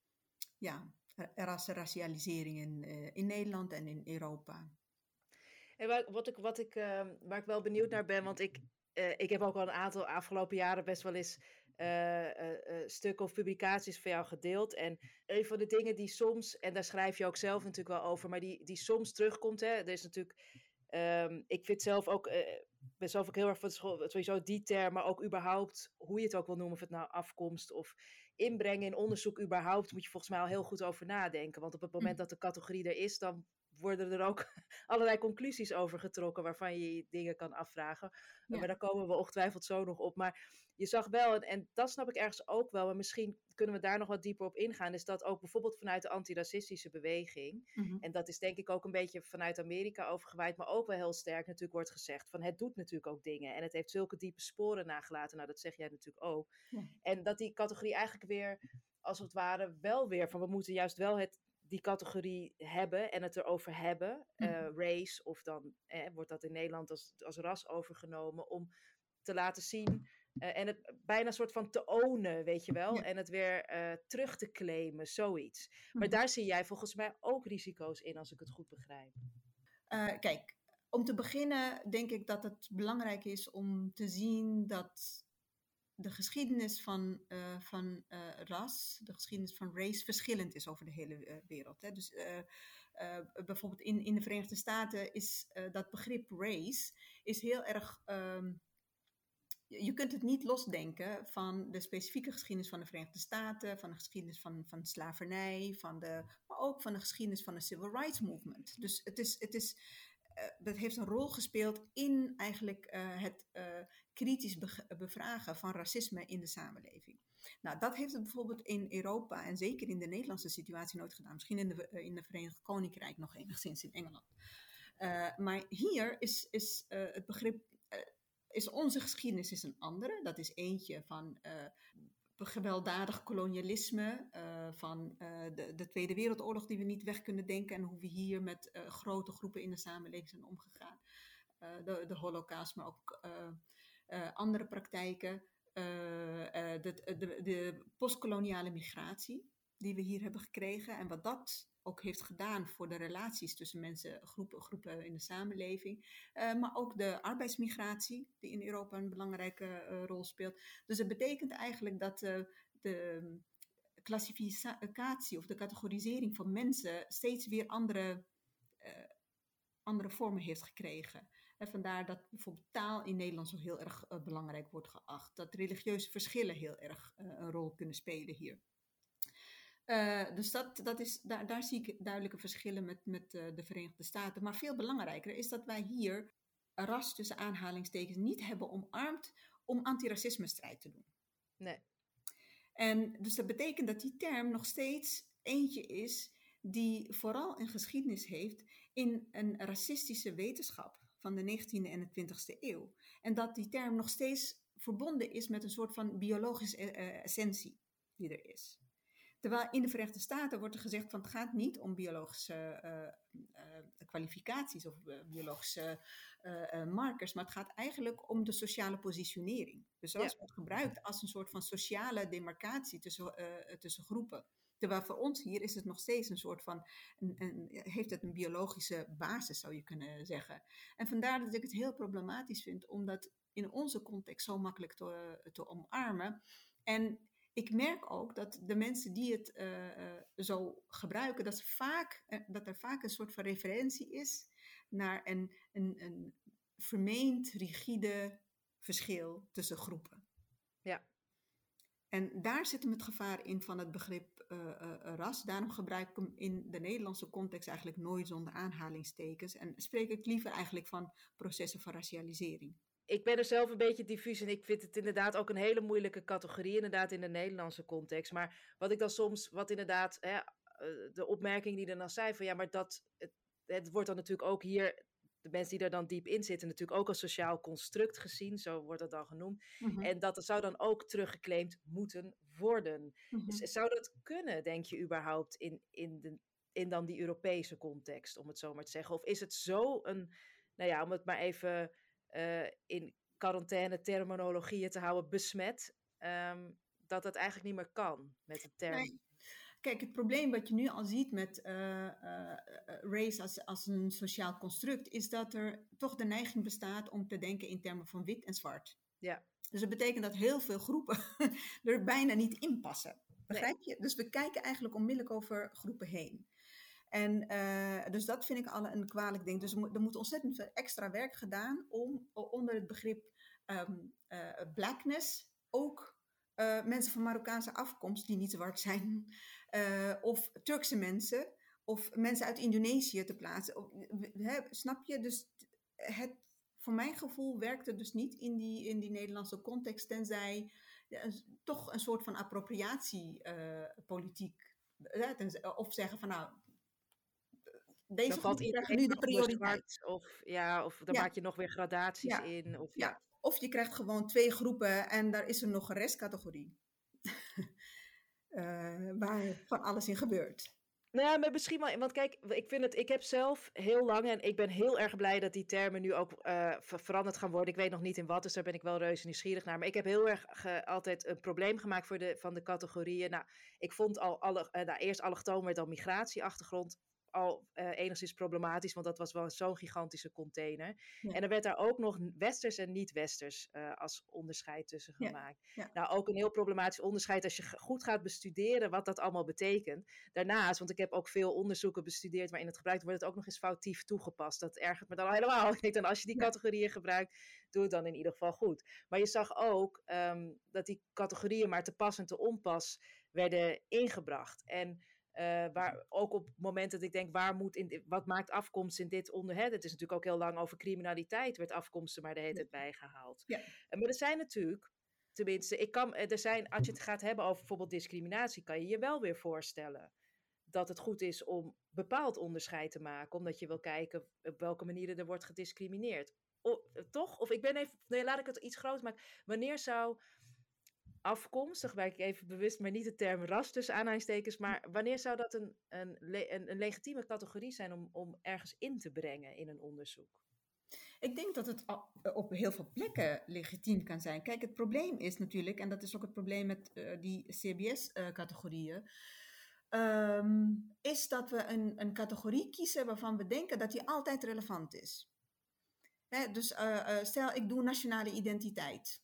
racialisering in Nederland en in Europa. En waar ik wel benieuwd naar ben, want ik heb ook al een aantal afgelopen jaren best wel eens stukken of publicaties van jou gedeeld. En een van de dingen die soms, en daar schrijf je ook zelf natuurlijk wel over, maar die soms terugkomt, hè, er is natuurlijk, ik vind zelf ook, ben zelf ook heel erg van sowieso die term, maar ook überhaupt, hoe je het ook wil noemen, of het nou afkomst of inbrengen in onderzoek überhaupt, moet je volgens mij al heel goed over nadenken. Want op het moment dat de categorie er is, dan worden er ook allerlei conclusies over getrokken waarvan je dingen kan afvragen. Ja. Maar daar komen we ongetwijfeld zo nog op. Maar je zag wel, en dat snap ik ergens ook wel, maar misschien kunnen we daar nog wat dieper op ingaan, is dat ook bijvoorbeeld vanuit de antiracistische beweging, en dat is denk ik ook een beetje vanuit Amerika overgewaaid, maar ook wel heel sterk natuurlijk wordt gezegd van het doet natuurlijk ook dingen en het heeft zulke diepe sporen nagelaten. Nou, dat zeg jij natuurlijk ook. Ja. En dat die categorie eigenlijk weer, als het ware, wel weer van we moeten juist wel die categorie hebben en het erover hebben, race, of dan wordt dat in Nederland als ras overgenomen, om te laten zien en het bijna een soort van te ownen, weet je wel, en het weer terug te claimen, zoiets. Maar daar zie jij volgens mij ook risico's in, als ik het goed begrijp. Kijk, om te beginnen denk ik dat het belangrijk is om te zien dat de geschiedenis van ras, de geschiedenis van race, verschillend is over de hele wereld. Hè. Dus bijvoorbeeld in de Verenigde Staten is dat begrip race is heel erg. Je kunt het niet losdenken van de specifieke geschiedenis van de Verenigde Staten, van de geschiedenis van slavernij, maar ook van de geschiedenis van de Civil Rights Movement. Dus dat heeft een rol gespeeld in eigenlijk het kritisch bevragen van racisme in de samenleving. Nou, dat heeft het bijvoorbeeld in Europa en zeker in de Nederlandse situatie nooit gedaan. Misschien in de Verenigd Koninkrijk nog enigszins in Engeland. Maar hier is het begrip, is onze geschiedenis is een andere. Dat is eentje van gewelddadig kolonialisme, van de Tweede Wereldoorlog die we niet weg kunnen denken en hoe we hier met grote groepen in de samenleving zijn omgegaan. De Holocaust, maar ook andere praktijken. De postkoloniale migratie die we hier hebben gekregen en wat dat ook heeft gedaan voor de relaties tussen mensen, groepen in de samenleving. Maar ook de arbeidsmigratie, die in Europa een belangrijke rol speelt. Dus het betekent eigenlijk dat de klassificatie of de categorisering van mensen steeds weer andere vormen heeft gekregen. En vandaar dat bijvoorbeeld taal in Nederland zo heel erg belangrijk wordt geacht. Dat religieuze verschillen heel erg een rol kunnen spelen hier. Dus daar zie ik duidelijke verschillen met de Verenigde Staten. Maar veel belangrijker is dat wij hier ras tussen aanhalingstekens niet hebben omarmd om antiracisme-strijd te doen. Nee. En dus dat betekent dat die term nog steeds eentje is die vooral een geschiedenis heeft in een racistische wetenschap van de 19e en de 20e eeuw. En dat die term nog steeds verbonden is met een soort van biologische essentie die er is. Terwijl in de Verenigde Staten wordt er gezegd van het gaat niet om biologische kwalificaties of biologische markers, maar het gaat eigenlijk om de sociale positionering. Dus ras wordt gebruikt als een soort van sociale demarcatie tussen groepen. Terwijl voor ons hier is het nog steeds een soort van, heeft het een biologische basis zou je kunnen zeggen. En vandaar dat ik het heel problematisch vind om dat in onze context zo makkelijk te omarmen. En ik merk ook dat de mensen die het zo gebruiken, dat er vaak een soort van referentie is naar een vermeend rigide verschil tussen groepen. Ja. En daar zit hem het gevaar in van het begrip ras. Daarom gebruik ik hem in de Nederlandse context eigenlijk nooit zonder aanhalingstekens. En spreek ik liever eigenlijk van processen van racialisering. Ik ben er zelf een beetje diffuus en ik vind het inderdaad ook een hele moeilijke categorie, inderdaad in de Nederlandse context. Maar wat ik dan soms, inderdaad, de opmerking die er dan zei van ja, maar het wordt dan natuurlijk ook hier, de mensen die er dan diep in zitten, natuurlijk ook als sociaal construct gezien, zo wordt dat dan genoemd. Mm-hmm. En dat zou dan ook teruggeclaimd moeten worden. Mm-hmm. Dus zou dat kunnen, denk je, überhaupt in dan die Europese context, om het zo maar te zeggen? Of is het zo om het maar even in quarantaine terminologieën te houden, besmet, dat het eigenlijk niet meer kan met de term. Nee. Kijk, het probleem wat je nu al ziet met race als een sociaal construct, is dat er toch de neiging bestaat om te denken in termen van wit en zwart. Ja. Dus dat betekent dat heel veel groepen er bijna niet in passen. Begrijp je? Dus we kijken eigenlijk onmiddellijk over groepen heen. En dus dat vind ik al een kwalijk ding. Dus er moet ontzettend veel extra werk gedaan om onder het begrip blackness ook mensen van Marokkaanse afkomst die niet zwart zijn, of Turkse mensen, of mensen uit Indonesië te plaatsen. Snap je? Dus voor mijn gevoel werkt het dus niet in die Nederlandse context, tenzij toch een soort van appropriatiepolitiek. Of zeggen van nou, deze groep krijgt nu de prioriteit. Of dan maak je nog weer gradaties in. Of je krijgt gewoon 2 groepen en daar is er nog een restcategorie. Waar van alles in gebeurt. Nou ja, maar misschien wel, want kijk, ik heb zelf heel lang, en ik ben heel erg blij dat die termen nu ook veranderd gaan worden. Ik weet nog niet in wat, dus daar ben ik wel reuze nieuwsgierig naar. Maar ik heb heel erg altijd een probleem gemaakt van de categorieën. Nou, ik vond eerst allochtoon werd dan migratieachtergrond al enigszins problematisch, want dat was wel zo'n gigantische container. Ja. En er werd daar ook nog westers en niet-westers als onderscheid tussen gemaakt. Ja. Nou, ook een heel problematisch onderscheid als je goed gaat bestuderen wat dat allemaal betekent. Daarnaast, want ik heb ook veel onderzoeken bestudeerd waarin het gebruikt wordt, het ook nog eens foutief toegepast. Dat ergert me dan helemaal. Ik denk dan, als je die categorieën gebruikt, doe het dan in ieder geval goed. Maar je zag ook dat die categorieën maar te pas en te onpas werden ingebracht. En waar ook op het moment dat ik denk, wat maakt afkomst in dit het is natuurlijk ook heel lang over criminaliteit, werd afkomsten maar de hele tijd bijgehaald. Ja. Maar er zijn natuurlijk, tenminste, als je het gaat hebben over bijvoorbeeld discriminatie, kan je je wel weer voorstellen dat het goed is om bepaald onderscheid te maken, omdat je wil kijken op welke manieren er wordt gediscrimineerd. Toch? Of ik ben even, laat ik het iets groter maken. Wanneer zou afkomst, dan gebruik ik even bewust, maar niet de term ras tussen aanhalingstekens, maar wanneer zou dat een legitieme categorie zijn om ergens in te brengen in een onderzoek? Ik denk dat het op heel veel plekken legitiem kan zijn. Kijk, het probleem is natuurlijk, en dat is ook het probleem met die CBS-categorieën, is dat we een categorie kiezen waarvan we denken dat die altijd relevant is. Dus stel, ik doe nationale identiteit.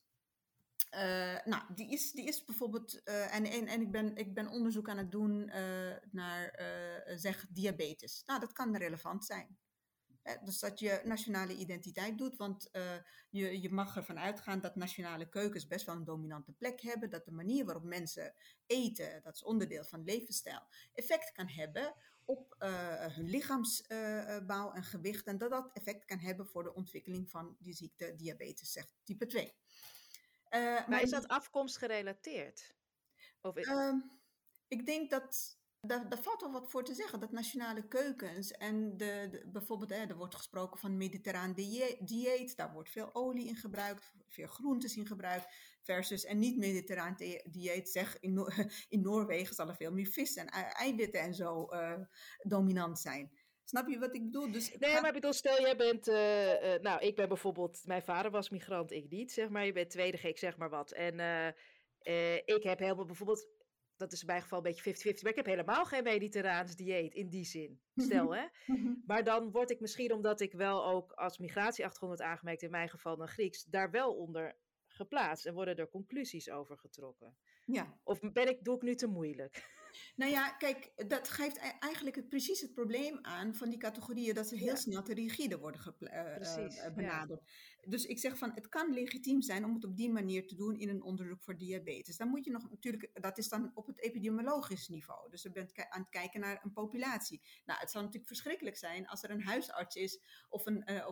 Die is bijvoorbeeld, en ik ben onderzoek aan het doen naar zeg diabetes. Nou, dat kan relevant zijn. Dus dat je nationale identiteit doet, want je mag ervan uitgaan dat nationale keukens best wel een dominante plek hebben, dat de manier waarop mensen eten, dat is onderdeel van levensstijl, effect kan hebben op hun lichaamsbouw en gewicht en dat dat effect kan hebben voor de ontwikkeling van die ziekte diabetes, zegt type 2. Maar is dat afkomstgerelateerd? Of Ehm, ik denk dat daar valt wel wat voor te zeggen. Dat nationale keukens en bijvoorbeeld, er wordt gesproken van mediterraan dieet. Daar wordt veel olie in gebruikt, veel groentes in gebruikt. Versus een niet-mediterraan dieet, zeg in Noorwegen zal er veel meer vis en eiwitten en zo dominant zijn. Snap je wat ik bedoel? Dus het Nee, gaat... maar ik bedoel, stel jij bent, nou, ik ben bijvoorbeeld, mijn vader was migrant, ik niet, zeg maar. Je bent tweede, ik zeg maar wat. En ik heb helemaal bijvoorbeeld, dat is in mijn geval een beetje 50-50, maar ik heb helemaal geen mediterraans dieet in die zin. Stel, hè. Maar dan word ik misschien, omdat ik wel ook als migratieachtergrond wordt aangemerkt, in mijn geval dan Grieks, daar wel onder geplaatst en worden er conclusies over getrokken. Ja. Of doe ik nu te moeilijk? Nou ja, kijk, dat geeft eigenlijk precies het probleem aan van die categorieën, dat ze heel Ja, snel te rigide worden precies. Ja. benaderd. Dus ik zeg van, het kan legitiem zijn om het op die manier te doen in een onderzoek voor diabetes. Dan moet je nog natuurlijk, dat is dan op het epidemiologisch niveau. Dus je bent aan het kijken naar een populatie. Nou, het zal natuurlijk verschrikkelijk zijn als er een huisarts is of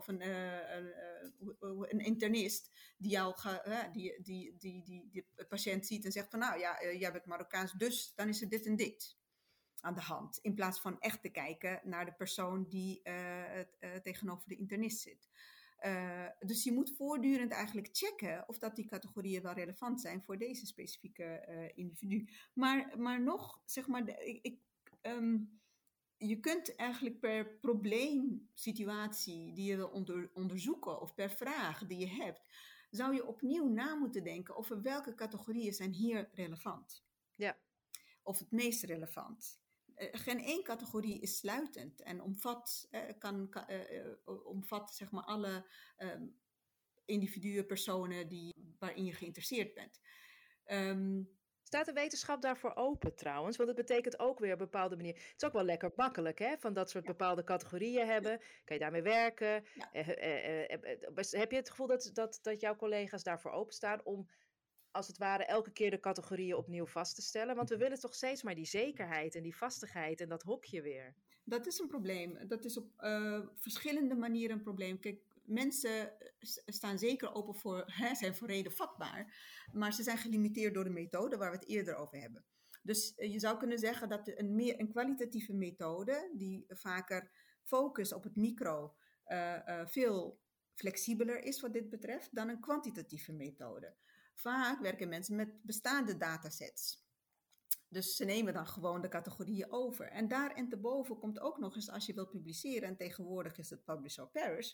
een internist die jou die patiënt ziet en zegt van, nou ja, jij bent Marokkaans, dus dan is er dit en dit aan de hand. In plaats van echt te kijken naar de persoon die tegenover de internist zit. Dus je moet voortdurend eigenlijk checken of dat die categorieën wel relevant zijn voor deze specifieke individu. Maar nog, zeg maar, je kunt eigenlijk per probleemsituatie die je wil onderzoeken of per vraag die je hebt, zou je opnieuw na moeten denken over welke categorieën zijn hier relevant. Ja. Of het meest relevant. Geen één categorie is sluitend en omvat zeg maar alle individuen, personen waarin je geïnteresseerd bent. Staat de wetenschap daarvoor open trouwens? Want het betekent ook weer op een bepaalde manier. Het is ook wel lekker makkelijk, hè? Van dat soort bepaalde categorieën hebben. Kan je daarmee werken? Ja. Heb je het gevoel dat jouw collega's daarvoor openstaan om, als het ware, elke keer de categorieën opnieuw vast te stellen? Want we willen toch steeds maar die zekerheid en die vastigheid en dat hokje weer. Dat is een probleem. Dat is op verschillende manieren een probleem. Kijk, mensen staan zeker open zijn voor reden vatbaar, maar ze zijn gelimiteerd door de methode waar we het eerder over hebben. Dus je zou kunnen zeggen dat een kwalitatieve methode, die vaker focust op het micro, veel flexibeler is wat dit betreft dan een kwantitatieve methode. Vaak werken mensen met bestaande datasets. Dus ze nemen dan gewoon de categorieën over. En daar en te boven komt ook nog eens, als je wilt publiceren, en tegenwoordig is het publish or perish.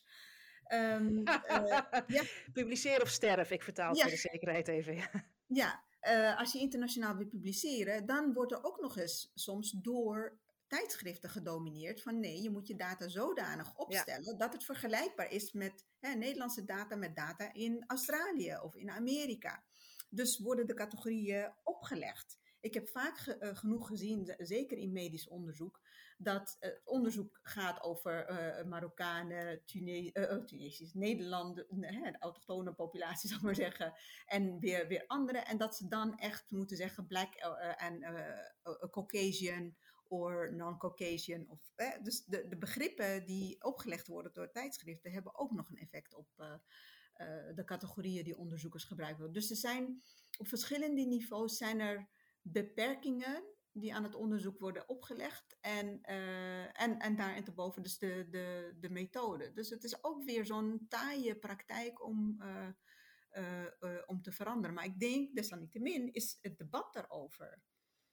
Ja. Publiceer of sterf, ik vertaal het voor de zekerheid even. Ja, als je internationaal wil publiceren, dan wordt er ook nog eens soms door tijdschriften gedomineerd van nee, je moet je data zodanig opstellen dat het vergelijkbaar is met Nederlandse data met data in Australië of in Amerika. Dus worden de categorieën opgelegd. Ik heb vaak genoeg gezien, zeker in medisch onderzoek, dat het onderzoek gaat over Marokkanen, Tunesiërs, Nederlanden, de autochtone populatie, zal ik maar zeggen, en weer andere. En dat ze dan echt moeten zeggen black en Caucasian of non-Caucasian. Dus de begrippen die opgelegd worden door tijdschriften hebben ook nog een effect op de categorieën die onderzoekers gebruiken. Dus er zijn op verschillende niveaus zijn er beperkingen die aan het onderzoek worden opgelegd en daarin te boven dus de methode. Dus het is ook weer zo'n taaie praktijk om te veranderen. Maar ik denk, desalniettemin, is het debat daarover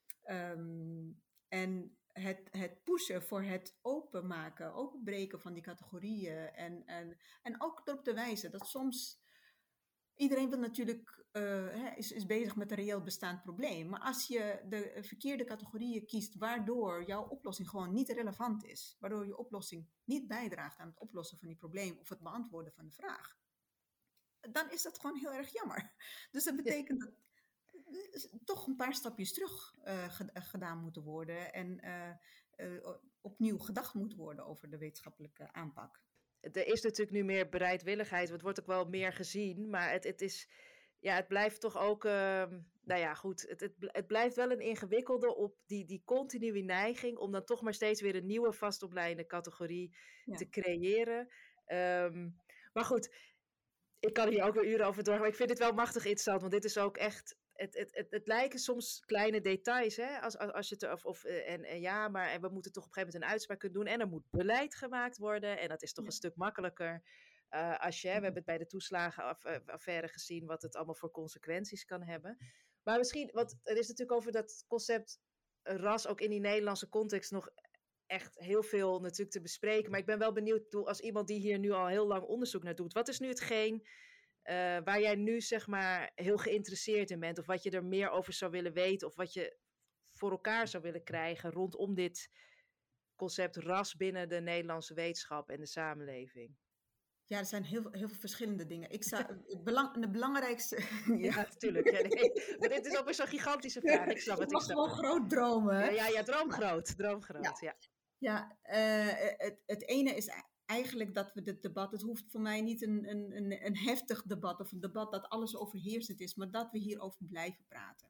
en het pushen voor het openbreken van die categorieën en ook erop te wijzen dat soms iedereen wil natuurlijk, is bezig met een reëel bestaand probleem. Maar als je de verkeerde categorieën kiest, waardoor jouw oplossing gewoon niet relevant is, waardoor je oplossing niet bijdraagt aan het oplossen van die probleem of het beantwoorden van de vraag, dan is dat gewoon heel erg jammer. Dus dat betekent dat toch een paar stapjes terug gedaan moeten worden en opnieuw gedacht moet worden over de wetenschappelijke aanpak. er is natuurlijk nu meer bereidwilligheid. Het wordt ook wel meer gezien. Maar het is, ja, het blijft toch ook, nou ja, goed. Het blijft wel een ingewikkelde op die continue neiging om dan toch maar steeds weer een nieuwe vastopleidende categorie te Ja. creëren. Ehm, maar goed, ik kan hier ook weer uren over door, maar ik vind het wel machtig interessant, want dit is ook echt. Het lijken soms kleine details, hè? Als je het en we moeten toch op een gegeven moment een uitspraak kunnen doen. En er moet beleid gemaakt worden. En dat is toch Ja. een stuk makkelijker. We hebben het bij de toeslagenaffaire gezien, wat het allemaal voor consequenties kan hebben. Maar misschien, want er is natuurlijk over dat concept ras ook in die Nederlandse context nog echt heel veel natuurlijk te bespreken. Maar ik ben wel benieuwd, als iemand die hier nu al heel lang onderzoek naar doet, wat is nu hetgeen waar jij nu zeg maar heel geïnteresseerd in bent? Of wat je er meer over zou willen weten? Of wat je voor elkaar zou willen krijgen rondom dit concept ras binnen de Nederlandse wetenschap en de samenleving? Ja, er zijn heel veel verschillende dingen. De belangrijkste. Ja, Ja. natuurlijk. Ja, nee. Maar dit is ook weer zo'n gigantische vraag. Ik snap Ik het, ik mag snap gewoon het. groot dromen. Ja, Hè? ja, ja, droom Ja. groot. Droom groot, Ja. ja. Ja, het ene is eigenlijk dat we dit debat, het hoeft voor mij niet een heftig debat of een debat dat alles overheersend is, maar dat we hierover blijven praten.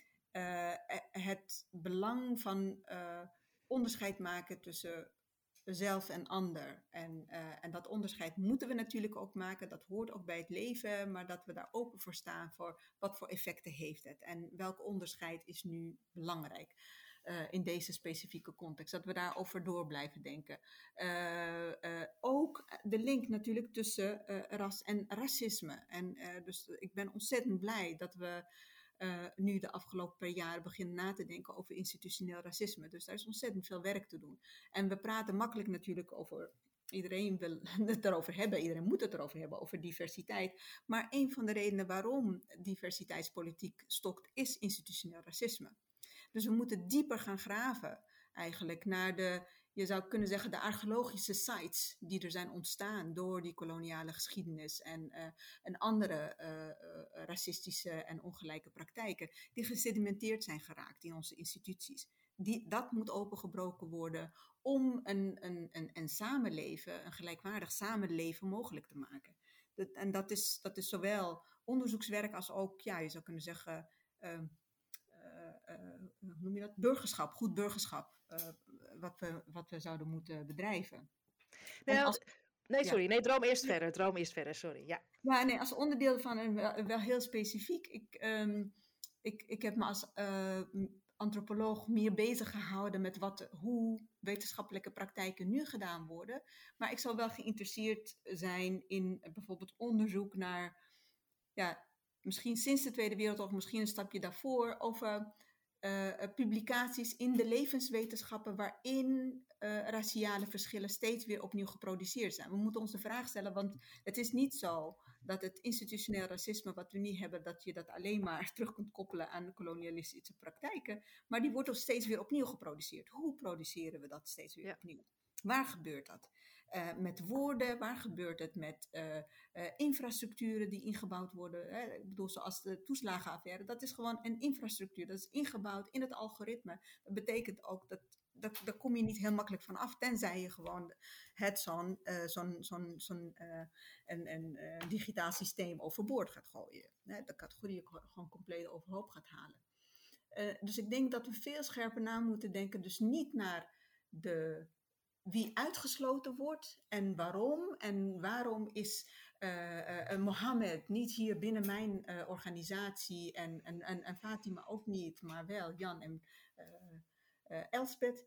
Het belang van onderscheid maken tussen zelf en ander. En dat onderscheid moeten we natuurlijk ook maken, dat hoort ook bij het leven, maar dat we daar open voor staan voor wat voor effecten heeft het en welk onderscheid is nu belangrijk. In deze specifieke context. Dat we daarover door blijven denken. Ook de link natuurlijk tussen ras en racisme. Dus ik ben ontzettend blij dat we nu de afgelopen paar jaar beginnen na te denken over institutioneel racisme. Dus daar is ontzettend veel werk te doen. En we praten makkelijk natuurlijk over. Iedereen wil het erover hebben, iedereen moet het erover hebben, over diversiteit. Maar een van de redenen waarom diversiteitspolitiek stokt, is institutioneel racisme. Dus we moeten dieper gaan graven eigenlijk naar je zou kunnen zeggen, de archeologische sites die er zijn ontstaan door die koloniale geschiedenis en andere racistische en ongelijke praktijken die gesedimenteerd zijn geraakt in onze instituties. Dat moet opengebroken worden om een samenleven, een gelijkwaardig samenleven mogelijk te maken. En dat is zowel onderzoekswerk als ook, ja, je zou kunnen zeggen, hoe noem je dat? Burgerschap, goed burgerschap, wat we zouden moeten bedrijven. En Nee, sorry. ja. Nee, droom eerst verder. Droom eerst verder, sorry. Ja. Ja, nee, als onderdeel van, en wel heel specifiek, ik heb me als antropoloog meer bezig gehouden met hoe wetenschappelijke praktijken nu gedaan worden. Maar ik zou wel geïnteresseerd zijn in bijvoorbeeld onderzoek naar, ja, misschien sinds de Tweede Wereldoorlog, misschien een stapje daarvoor, over publicaties in de levenswetenschappen waarin raciale verschillen steeds weer opnieuw geproduceerd zijn. We moeten ons de vraag stellen, want het is niet zo dat het institutioneel racisme wat we nu hebben, dat je dat alleen maar terug kunt koppelen aan kolonialistische praktijken, maar die wordt ook steeds weer opnieuw geproduceerd. Hoe produceren we dat steeds weer opnieuw? Waar gebeurt dat? Met woorden, waar gebeurt het met infrastructuren die ingebouwd worden? Hè? Ik bedoel, zoals de toeslagenaffaire, dat is gewoon een infrastructuur, dat is ingebouwd in het algoritme. Dat betekent ook daar kom je niet heel makkelijk van af, tenzij je gewoon zo'n digitaal systeem overboord gaat gooien. Hè? De categorieën gewoon compleet overhoop gaat halen. Dus ik denk dat we veel scherper na moeten denken, dus niet naar wie uitgesloten wordt en waarom is Mohammed niet hier binnen mijn organisatie en Fatima ook niet, maar wel Jan en Elspeth.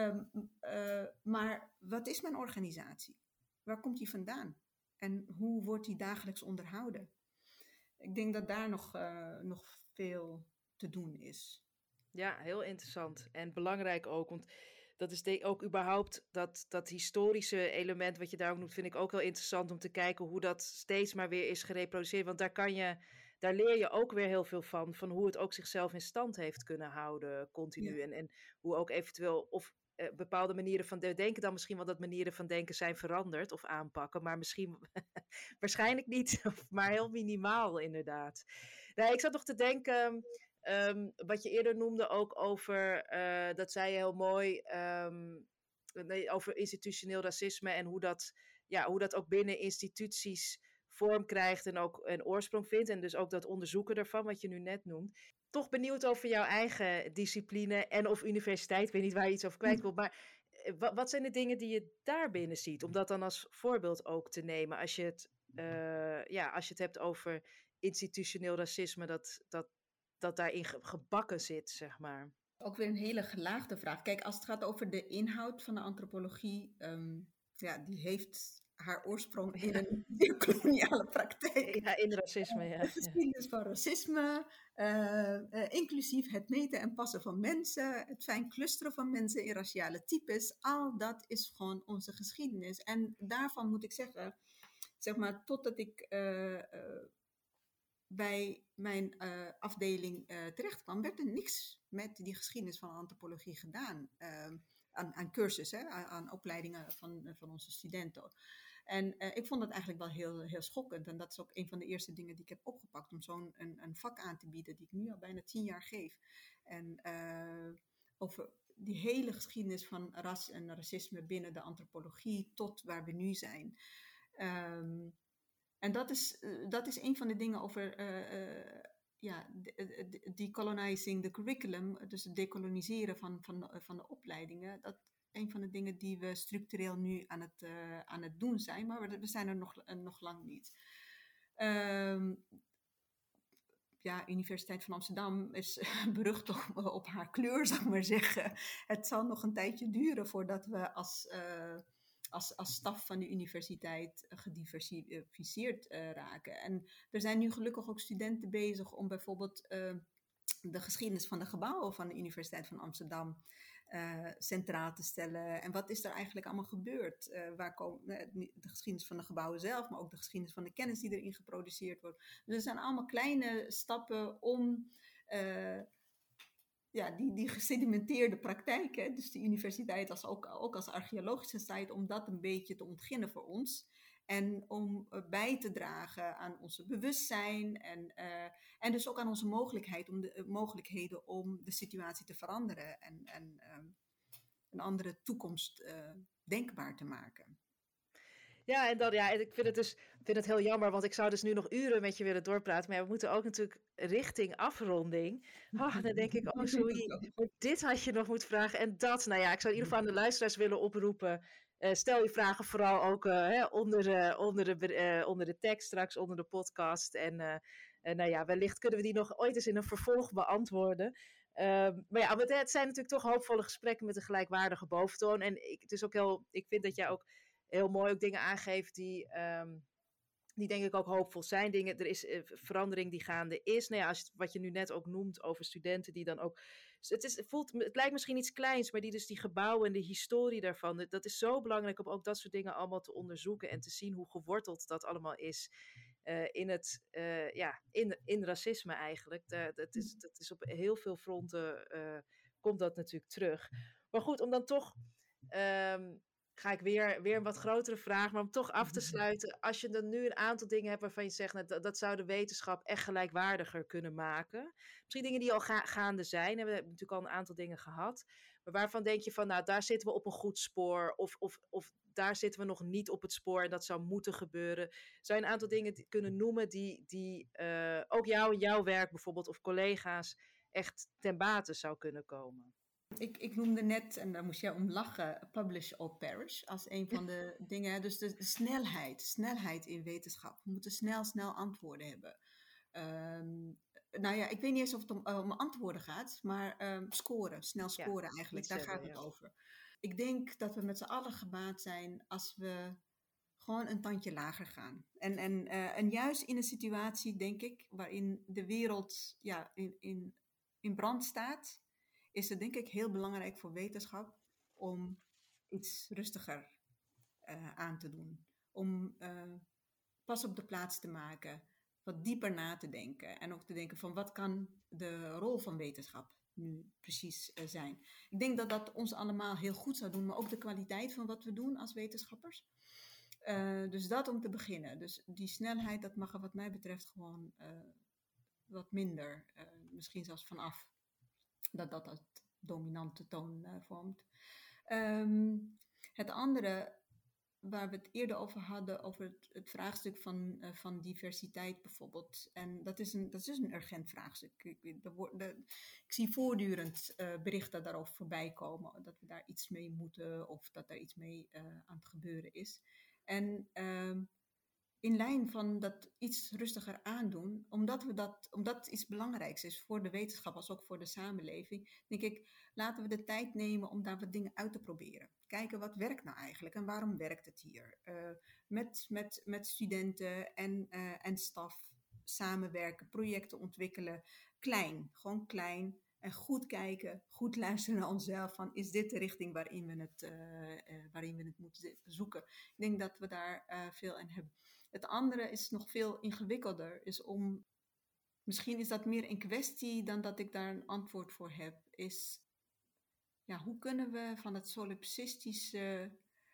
Maar wat is mijn organisatie? Waar komt die vandaan? En hoe wordt die dagelijks onderhouden? Ik denk dat daar nog veel te doen is. Ja, heel interessant. En belangrijk ook, want dat is ook überhaupt dat historische element wat je daar ook noemt, vind ik ook heel interessant om te kijken hoe dat steeds maar weer is gereproduceerd. Want daar leer je ook weer heel veel van hoe het ook zichzelf in stand heeft kunnen houden continu. Ja. En hoe ook eventueel, bepaalde manieren van denken dan misschien wel dat manieren van denken zijn veranderd of aanpakken, maar misschien waarschijnlijk niet, maar heel minimaal inderdaad. Nou, ik zat nog te denken, wat je eerder noemde ook over, dat zei je heel mooi, over institutioneel racisme en hoe dat ja, hoe dat ook binnen instituties vorm krijgt en ook een oorsprong vindt. En dus ook dat onderzoeken ervan, wat je nu net noemt. Toch benieuwd over jouw eigen discipline en of universiteit. Ik weet niet waar je iets over kwijt wilt, maar wat zijn de dingen die je daarbinnen ziet? Om dat dan als voorbeeld ook te nemen als je als je het hebt over institutioneel racisme, dat daarin gebakken zit, zeg maar. Ook weer een hele gelaagde vraag. Kijk, als het gaat over de inhoud van de antropologie, die heeft haar oorsprong in een koloniale praktijk. Ja, in racisme, ja. De geschiedenis van racisme, inclusief het meten en passen van mensen, het fijn clusteren van mensen in raciale types, al dat is gewoon onze geschiedenis. En daarvan moet ik zeggen, zeg maar, totdat ik bij mijn afdeling terecht kwam, werd er niks met die geschiedenis van antropologie gedaan. Aan cursussen, aan opleidingen van onze studenten. En ik vond dat eigenlijk wel heel, heel schokkend. En dat is ook een van de eerste dingen die ik heb opgepakt. Om zo'n een vak aan te bieden die ik nu al bijna 10 jaar geef. En over die hele geschiedenis van ras en racisme binnen de antropologie tot waar we nu zijn. En dat is een van de dingen over decolonizing the curriculum, dus het decoloniseren van de opleidingen. Dat een van de dingen die we structureel nu aan het doen zijn, maar we zijn er nog lang niet. Universiteit van Amsterdam is berucht op haar kleur, zou ik maar zeggen. Het zal nog een tijdje duren voordat we als staf van de universiteit gediversifieerd raken. En er zijn nu gelukkig ook studenten bezig om bijvoorbeeld de geschiedenis van de gebouwen van de Universiteit van Amsterdam centraal te stellen. En wat is er eigenlijk allemaal gebeurd? De geschiedenis van de gebouwen zelf, maar ook de geschiedenis van de kennis die erin geproduceerd wordt. Dus er zijn allemaal kleine stappen om die gesedimenteerde praktijken, dus de universiteit ook als archeologische site, om dat een beetje te ontginnen voor ons. En om bij te dragen aan onze bewustzijn en dus ook aan onze mogelijkheden om de situatie te veranderen en een andere toekomst denkbaar te maken. Ja, en dan, ik vind het heel jammer, want ik zou dus nu nog uren met je willen doorpraten, maar we moeten ook natuurlijk richting afronding. Dan denk ik, sorry, dit had je nog moeten vragen en dat. Nou ja, ik zou in ieder geval aan de luisteraars willen oproepen. Stel je vragen vooral ook onder de tekst straks, onder de podcast. En wellicht kunnen we die nog ooit eens in een vervolg beantwoorden. Maar ja, het zijn natuurlijk toch hoopvolle gesprekken met een gelijkwaardige boventoon. En ik vind dat jij ook heel mooi ook dingen aangeeft die denk ik ook hoopvol zijn. Er is verandering die gaande is. Nou ja, wat je nu net ook noemt over studenten die dan ook... Het lijkt misschien iets kleins, maar die gebouwen en de historie daarvan, dat is zo belangrijk om ook dat soort dingen allemaal te onderzoeken en te zien hoe geworteld dat allemaal is in racisme eigenlijk. Dat is op heel veel fronten komt dat natuurlijk terug. Maar goed, om dan toch... ga ik weer een wat grotere vraag, maar om toch af te sluiten. Als je dan nu een aantal dingen hebt waarvan je zegt, dat zou de wetenschap echt gelijkwaardiger kunnen maken. Misschien dingen die al gaande zijn. We hebben natuurlijk al een aantal dingen gehad. Maar waarvan denk je van, nou, daar zitten we op een goed spoor. Of daar zitten we nog niet op het spoor en dat zou moeten gebeuren. Zou je een aantal dingen kunnen noemen die ook jouw werk bijvoorbeeld of collega's echt ten bate zou kunnen komen? Ik noemde net, en daar moest jij om lachen, publish or perish als een van de dingen. Dus de snelheid in wetenschap. We moeten snel antwoorden hebben. Ik weet niet eens of het om antwoorden gaat, maar snel scoren eigenlijk, daar gaat het over. Ik denk dat we met z'n allen gebaat zijn als we gewoon een tandje lager gaan. En juist in een situatie, denk ik, waarin de wereld in brand staat, is het denk ik heel belangrijk voor wetenschap om iets rustiger aan te doen. Om pas op de plaats te maken, wat dieper na te denken. En ook te denken van wat kan de rol van wetenschap nu precies zijn. Ik denk dat dat ons allemaal heel goed zou doen, maar ook de kwaliteit van wat we doen als wetenschappers. Dus dat om te beginnen. Dus die snelheid, dat mag er wat mij betreft gewoon wat minder. Misschien zelfs vanaf dat dominante toon vormt. Het andere, waar we het eerder over hadden, over het vraagstuk van diversiteit bijvoorbeeld. En dat is een urgent vraagstuk. Ik zie voortdurend berichten daarover voorbij komen, dat we daar iets mee moeten of dat er iets mee aan het gebeuren is. En in lijn van dat iets rustiger aandoen, omdat het iets belangrijks is voor de wetenschap als ook voor de samenleving, denk ik, laten we de tijd nemen om daar wat dingen uit te proberen. Kijken wat werkt nou eigenlijk en waarom werkt het hier? Met studenten en staf samenwerken, projecten ontwikkelen. Klein, gewoon klein. En goed kijken, goed luisteren naar onszelf. Van, is dit de richting waarin we het moeten zoeken? Ik denk dat we daar veel aan hebben. Het andere is nog veel ingewikkelder. Misschien is dat meer een kwestie dan dat ik daar een antwoord voor heb. Hoe kunnen we van het solipsistische,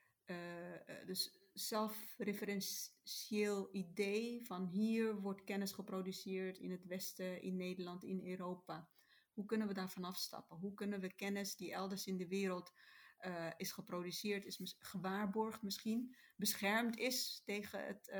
dus zelfreferentieel idee van hier wordt kennis geproduceerd in het Westen, in Nederland, in Europa. Hoe kunnen we daarvan afstappen? Hoe kunnen we kennis die elders in de wereld is geproduceerd, is gewaarborgd misschien, beschermd is tegen het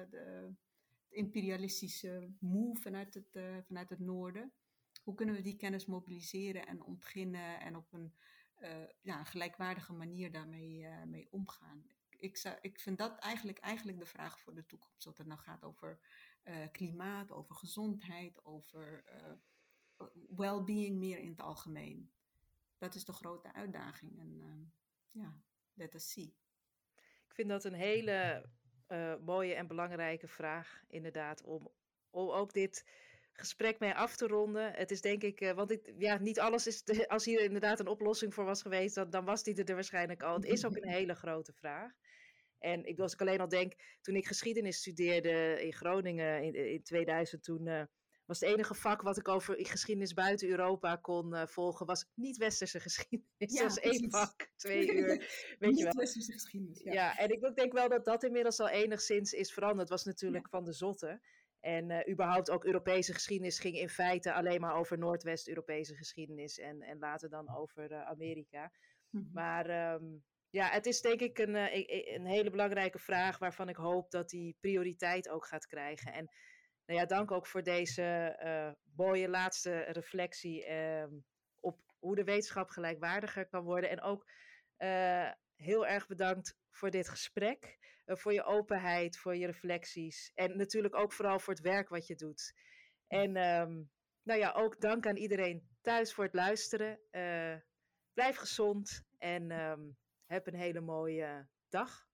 imperialistische move vanuit het noorden. Hoe kunnen we die kennis mobiliseren en ontginnen en op een gelijkwaardige manier daarmee mee omgaan? Ik vind dat eigenlijk de vraag voor de toekomst. Of het nou gaat over klimaat, over gezondheid, over well-being meer in het algemeen. Dat is de grote uitdaging. En let us see. Ik vind dat een hele mooie en belangrijke vraag, inderdaad, om ook dit gesprek mee af te ronden. Het is denk ik, niet alles is, als hier inderdaad een oplossing voor was geweest, dan was die er waarschijnlijk al. Het is ook een hele grote vraag. En als ik alleen al denk, toen ik geschiedenis studeerde in Groningen in 2000, toen was het enige vak wat ik over geschiedenis buiten Europa kon volgen, was niet-westerse geschiedenis. Ja, dat was 1 vak, 2 uur. Weet je wel. Niet-westerse geschiedenis, ja. Ja, en ik denk wel dat dat inmiddels al enigszins is veranderd. Het was natuurlijk van de zotte. En überhaupt ook Europese geschiedenis ging in feite alleen maar over Noordwest-Europese geschiedenis en later dan over Amerika. Maar het is denk ik een hele belangrijke vraag waarvan ik hoop dat die prioriteit ook gaat krijgen. En dank ook voor deze mooie laatste reflectie op hoe de wetenschap gelijkwaardiger kan worden. En ook heel erg bedankt voor dit gesprek, voor je openheid, voor je reflecties en natuurlijk ook vooral voor het werk wat je doet. En ook dank aan iedereen thuis voor het luisteren. Blijf gezond en heb een hele mooie dag.